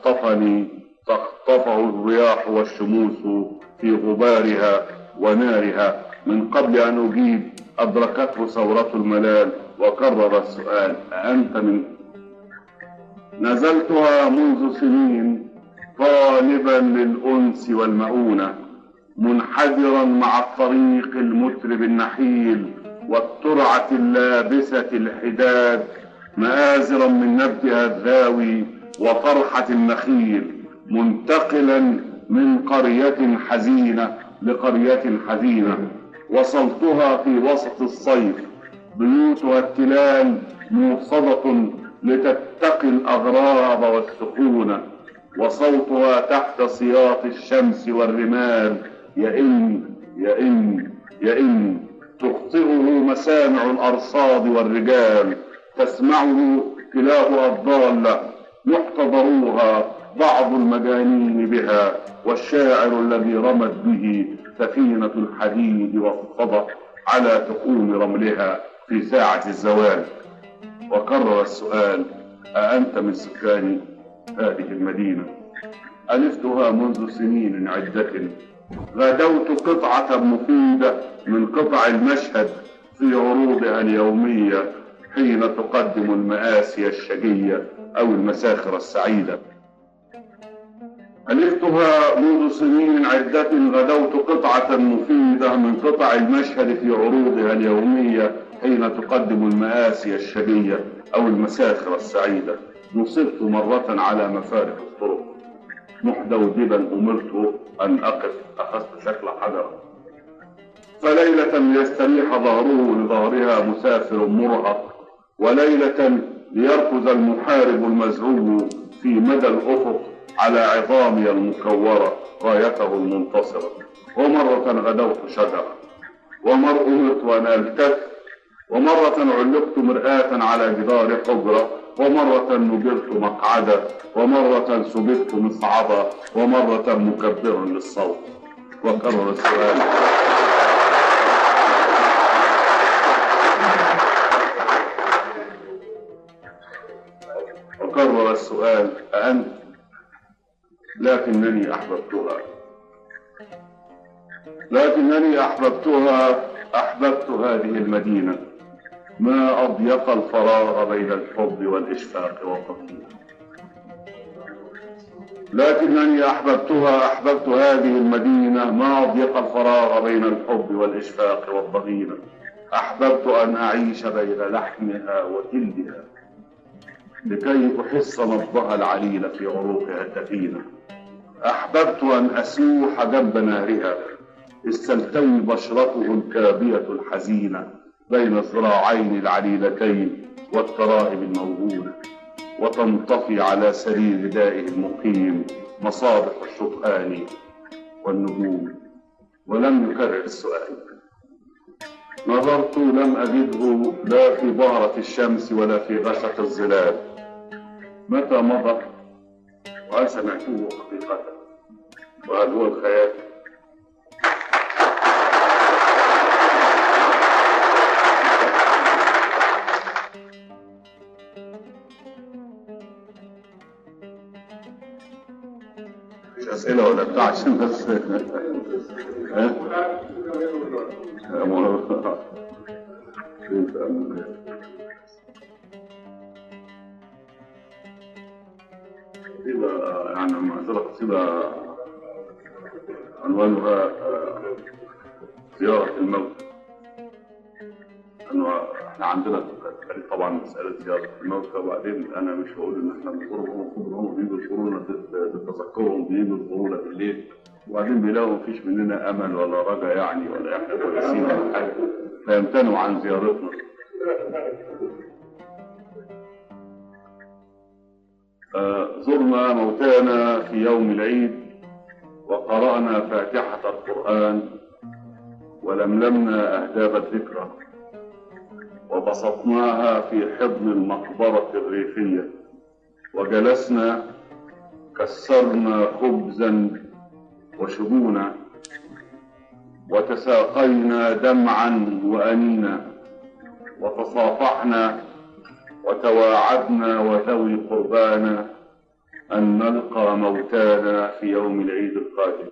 تخطفه الرياح والشموس في غبارها ونارها. من قبل أن أجيب أدركته ثورة الملال وكرر السؤال: أأنت من؟ نزلتها منذ سنين طالبا للأنس والمؤونة، منحدرا مع الطريق المترب النحيل والترعة اللابسة الحداد، مآزرا من نبتها الذاوي وفرحة النخيل، منتقلا من قرية حزينة لقرية حزينة. وصلتها في وسط الصيف، بيوتها التلال موصدة لتتقي الأغراب والسخونة، وصوتها تحت سياط الشمس والرمال يئن يئن يئن، تخطئه مسامع الأرصاد والرجال، تسمعه كلاهها الضالة، محتضروها بعض المجانين بها، والشاعر الذي رمت به سفينة الحديد واصطدت على تخوم رملها في ساعة الزوال. وكرر السؤال: أأنت من سكان هذه المدينة؟ ألفتها منذ سنين عدة، غدوت قطعة مفيدة من قطع المشهد في عروضها اليومية حين تقدم المآسي الشقية أو المساخر السعيدة. ألفتها منذ سنين عدة، غدوت قطعة مفيدة من قطع المشهد في عروضها اليومية حين تقدم المآسي الشقية أو المساخر السعيدة. نصبت مرة على مفارق الطرق، محدودبا أمرت أن أقف، أخذت شكل حجر. فليلة ليستريح ظهره لظهرها مسافر مرهق، وليلة ليركز المحارب المزعوج في مدى الأفق على عظامي المكورة غايته المنتصرة. ومرة غدوت شجرة، ومرة أمرت أن ألتف، ومرة علقت مرآة على جدار حجرة، ومرة نجرت مقعدة، ومرة سبقت مصعدة، ومرة مكبر للصوت. وكرر السؤال: وكرر السؤال: أأنت؟ لكنني أحببتها، لكنني أحببتها، أحببت هذه المدينة. ما أضيق الفراغ بين الحب والإشفاق والتطير. لكنني أحببتها، أحببت هذه المدينة. ما أضيق الفراغ بين الحب والإشفاق والضغينة. أحببت أن أعيش بين لحمها وجلدها لكي أحس نبضها العليل في عروقها الدفينة. أحببت أن أسوح جنب نارها، استلتوي بشرته الكابية الحزينة بين الذراعين العليلتين والترائب الموهولة، وتنطفي على سرير دائه المقيم مصابح الشطآن والنجوم. ولم يكرر السؤال. نظرت لم أجده لا في بهرة الشمس ولا في غشة الظلال. متى مضى وهل سمعته حقيقة؟ وهل هو الخيال؟ مش أسئلة ولا بتاع عشان بس قصيدة، يعني معذرة، قصيدة عنوانها زيارة الموت. إنه إحنا عندنا طبعا مسألة زيارة الموت، وبعدين أنا مش هقول إن إحنا بنزورهم، هم بيجوا يزورونا بتذكرهم، بيجوا يزورونا بالليل، وبعدين بيلاقوا مفيش مننا أمل ولا رجا يعني، ولا إحنا كويسين ولا حاجة، فيمتنعوا عن زيارتنا. زرنا موتانا في يوم العيد، وقرأنا فاتحة القرآن، ولملمنا أهداب الذكرى، وبسطناها في حضن المقبرة الريفية، وجلسنا كسرنا خبزا وشجونا، وتساقينا دمعا وأنينا، وتصافحنا وتواعدنا وذوي قربانا أن نلقى موتانا في يوم العيد القادم.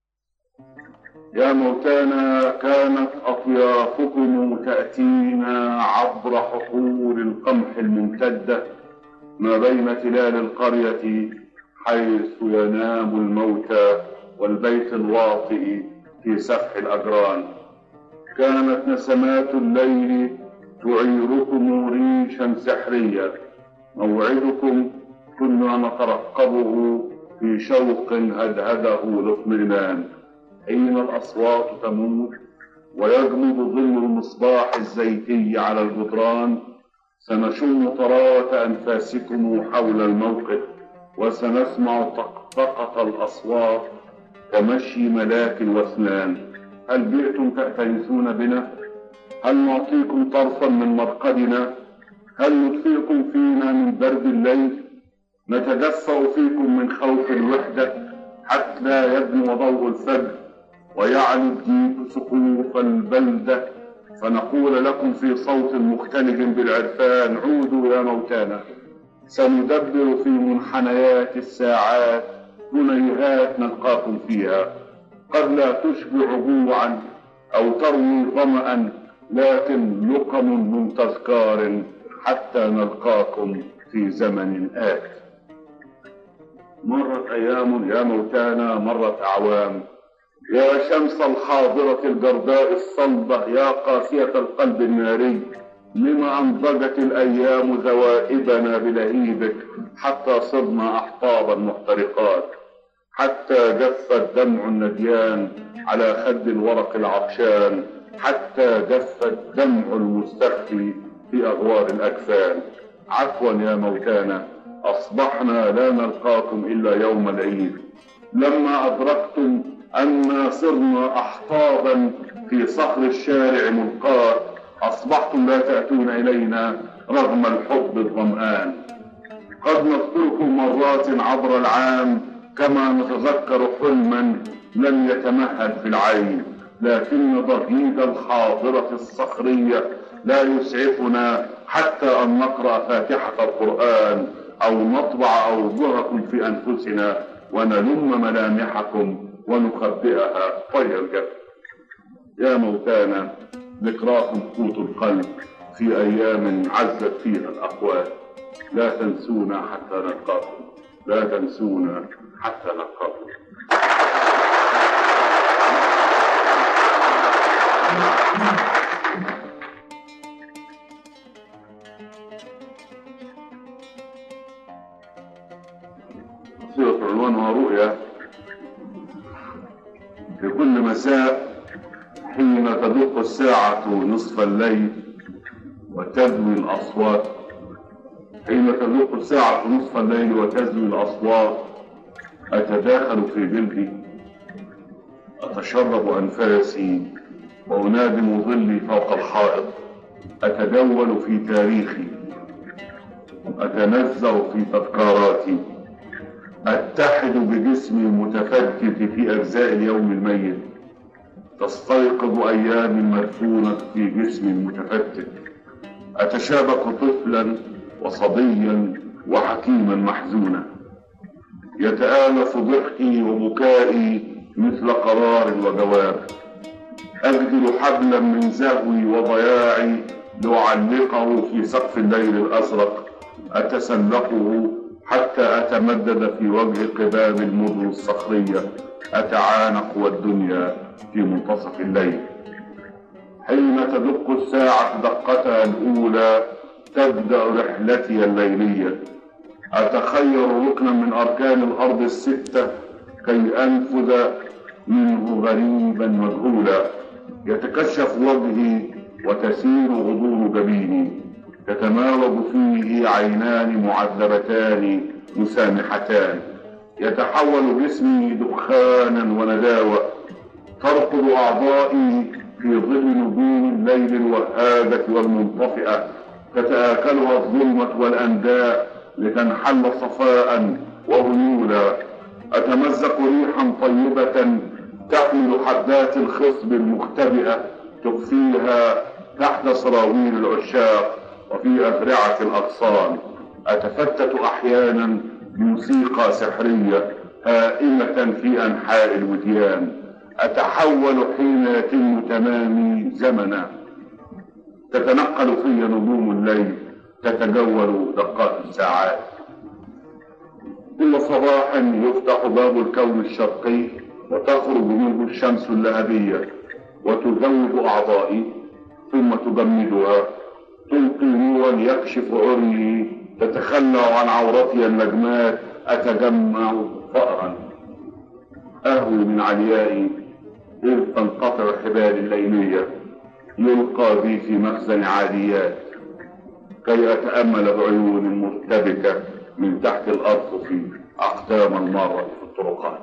يا موتانا، كانت أطيافكم تأتينا عبر حقول القمح الممتدة ما بين تلال القرية حيث ينام الموتى والبيت الواطئ في سفح الأجران. كانت نسمات الليل تعيركم ريشا سحريا. موعدكم كنا نترقبه في شوق هدهده الاطمئنان. حين الأصوات تموت ويغمض ظل المصباح الزيتي على الجدران، سنشم طراوة أنفاسكم حول الموقف وسنسمع طقطقة الأصوات كمشي ملاك واسنان. هل جئتم تأتيسون بنا؟ هل نعطيكم طرفا من مرقدنا؟ هل نطفئكم فينا من برد الليل؟ نتدفأ فيكم من خوف الوحدة حتى يدنو ضوء الفجر ويعلو الديك سقوف البلدة، فنقول لكم في صوت مختلف بالعرفان: عودوا يا موتانا. سندبر في منحنيات الساعات ثنيهات نلقاكم فيها، قد لا تشبع جوعا أو تروي ظمأ، لكن لقم من تذكار حتى نلقاكم في زمن آت. مرت أيام يا موتانا، مرت أعوام، يا شمس الحاضرة الجرداء الصلبة، يا قاسية القلب الناري، لما أنضجت الأيام ذوائبنا بلهيبك حتى صرنا أحطابا محترقات، حتى جف الدمع النديان على خد الورق العطشان، حتى جف الدمع المستخفي في أغوار الأكفان. عفوا يا موتانا، أصبحنا لا نلقاكم إلا يوم العيد، لما أدركتم أن صرنا أحطابا في صخر الشارع ملقاة، أصبحتم لا تأتون إلينا رغم الحب الظمآن. قد نذكركم مرات عبر العام كما نتذكر حلما لم يتمهد في العين، لكن ضجيج الحاضرة الصخرية لا يسعفنا حتى أن نقرأ فاتحة القرآن أو نطبع أوجهكم في أنفسنا ونلم ملامحكم ونخبئها طي الجبل. يا موتانا، ذكراكم قوت القلب في أيام عزت فيها الأقوال. لا تنسونا حتى نلقاكم، لا تنسونا حتى نلقاكم. قصيدة عنوانها رؤيا. في كل مساء حين تدق الساعة نصف الليل وتزوي الأصوات، حين تدق الساعة نصف الليل وتزوي الأصوات، أتداخل في جلدي، أتشرب أنفاسي وأنادم ظلي فوق الحائط، أتجول في تاريخي، أتنزع في تذكاراتي، أتحد بجسمي المتفتت في أجزاء اليوم الميت، تستيقظ أيام مدفونة في جسمي المتفتت، أتشابك طفلا وصبيا وحكيما محزونا، يتآلف ضحكي وبكائي مثل قرار وجواب، أجدل حبلا من زهوي وضياعي لأعلقه في سقف الليل الأزرق، أتسلقه حتى أتمدد في وجه قباب المدن الصخرية، أتعانق والدنيا في منتصف الليل. حين تدق الساعة دقتها الأولى تبدأ رحلتي الليلية، أتخير ركنا من أركان الأرض الستة كي أنفذ منه غريبا مجهولا، يتكشف وجهي وتسير غضون جبيني، تتماوج فيه عينان معذبتان مسامحتان، يتحول جسمي دخانا ونداوة، ترقد أعضائي في ظل نجوم الليل الوهاجة والمنطفئة، تتآكلها الظلمة والأنداء لتنحل صفاء وهيولا، أتمزق ريحا طيبة تحمل حبات الخصب المختبئة تخفيها تحت سراويل العشاق وفي أذرعة الأغصان، أتفتت أحيانا بموسيقى سحرية هائمة في أنحاء الوديان، أتحول حين يتم تمامي زمنا، تتنقل في نجوم الليل، تتجول دقات الساعات. كل صباح يفتح باب الكون الشرقي وتخرج منه الشمس اللهبية وتذوب أعضائي ثم تجمدها، تلقي نورا يكشف عري، تتخلى عن عورتي النجمات، أتجمع فأرا، أهوي من عليائي إذ تنقطع الحبال الليلية، يلقى بي في مخزن عاديات كي أتأمل بعيون مرتبكة من تحت الأرض أقدام المارة في الطرقات.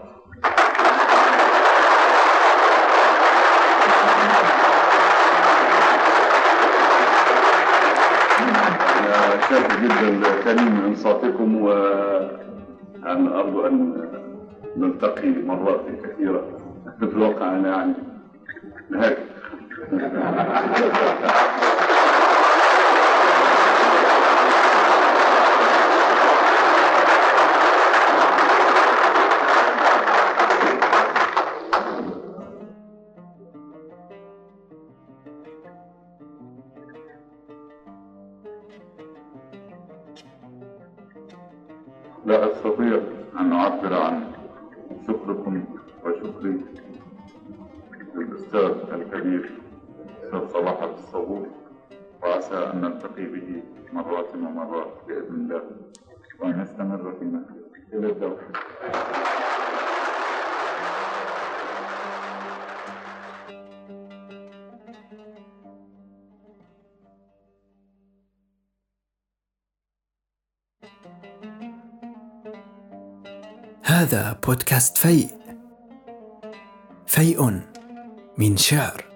أنا شاكر جدا كريم إنصاتكم، وأنا أرجو أن نلتقي مرات كثيرة. في الواقع أنا يعني هيك. لا أستطيع أن أعبر عن شكركم وشكري للأستاذ الكبير الأستاذ صلاح الصبور، وعسى أن نلتقي به مرات ومرات بإذن الله، وأن نستمر في نهجه إلى الدور. هذا بودكاست فيء من شعر.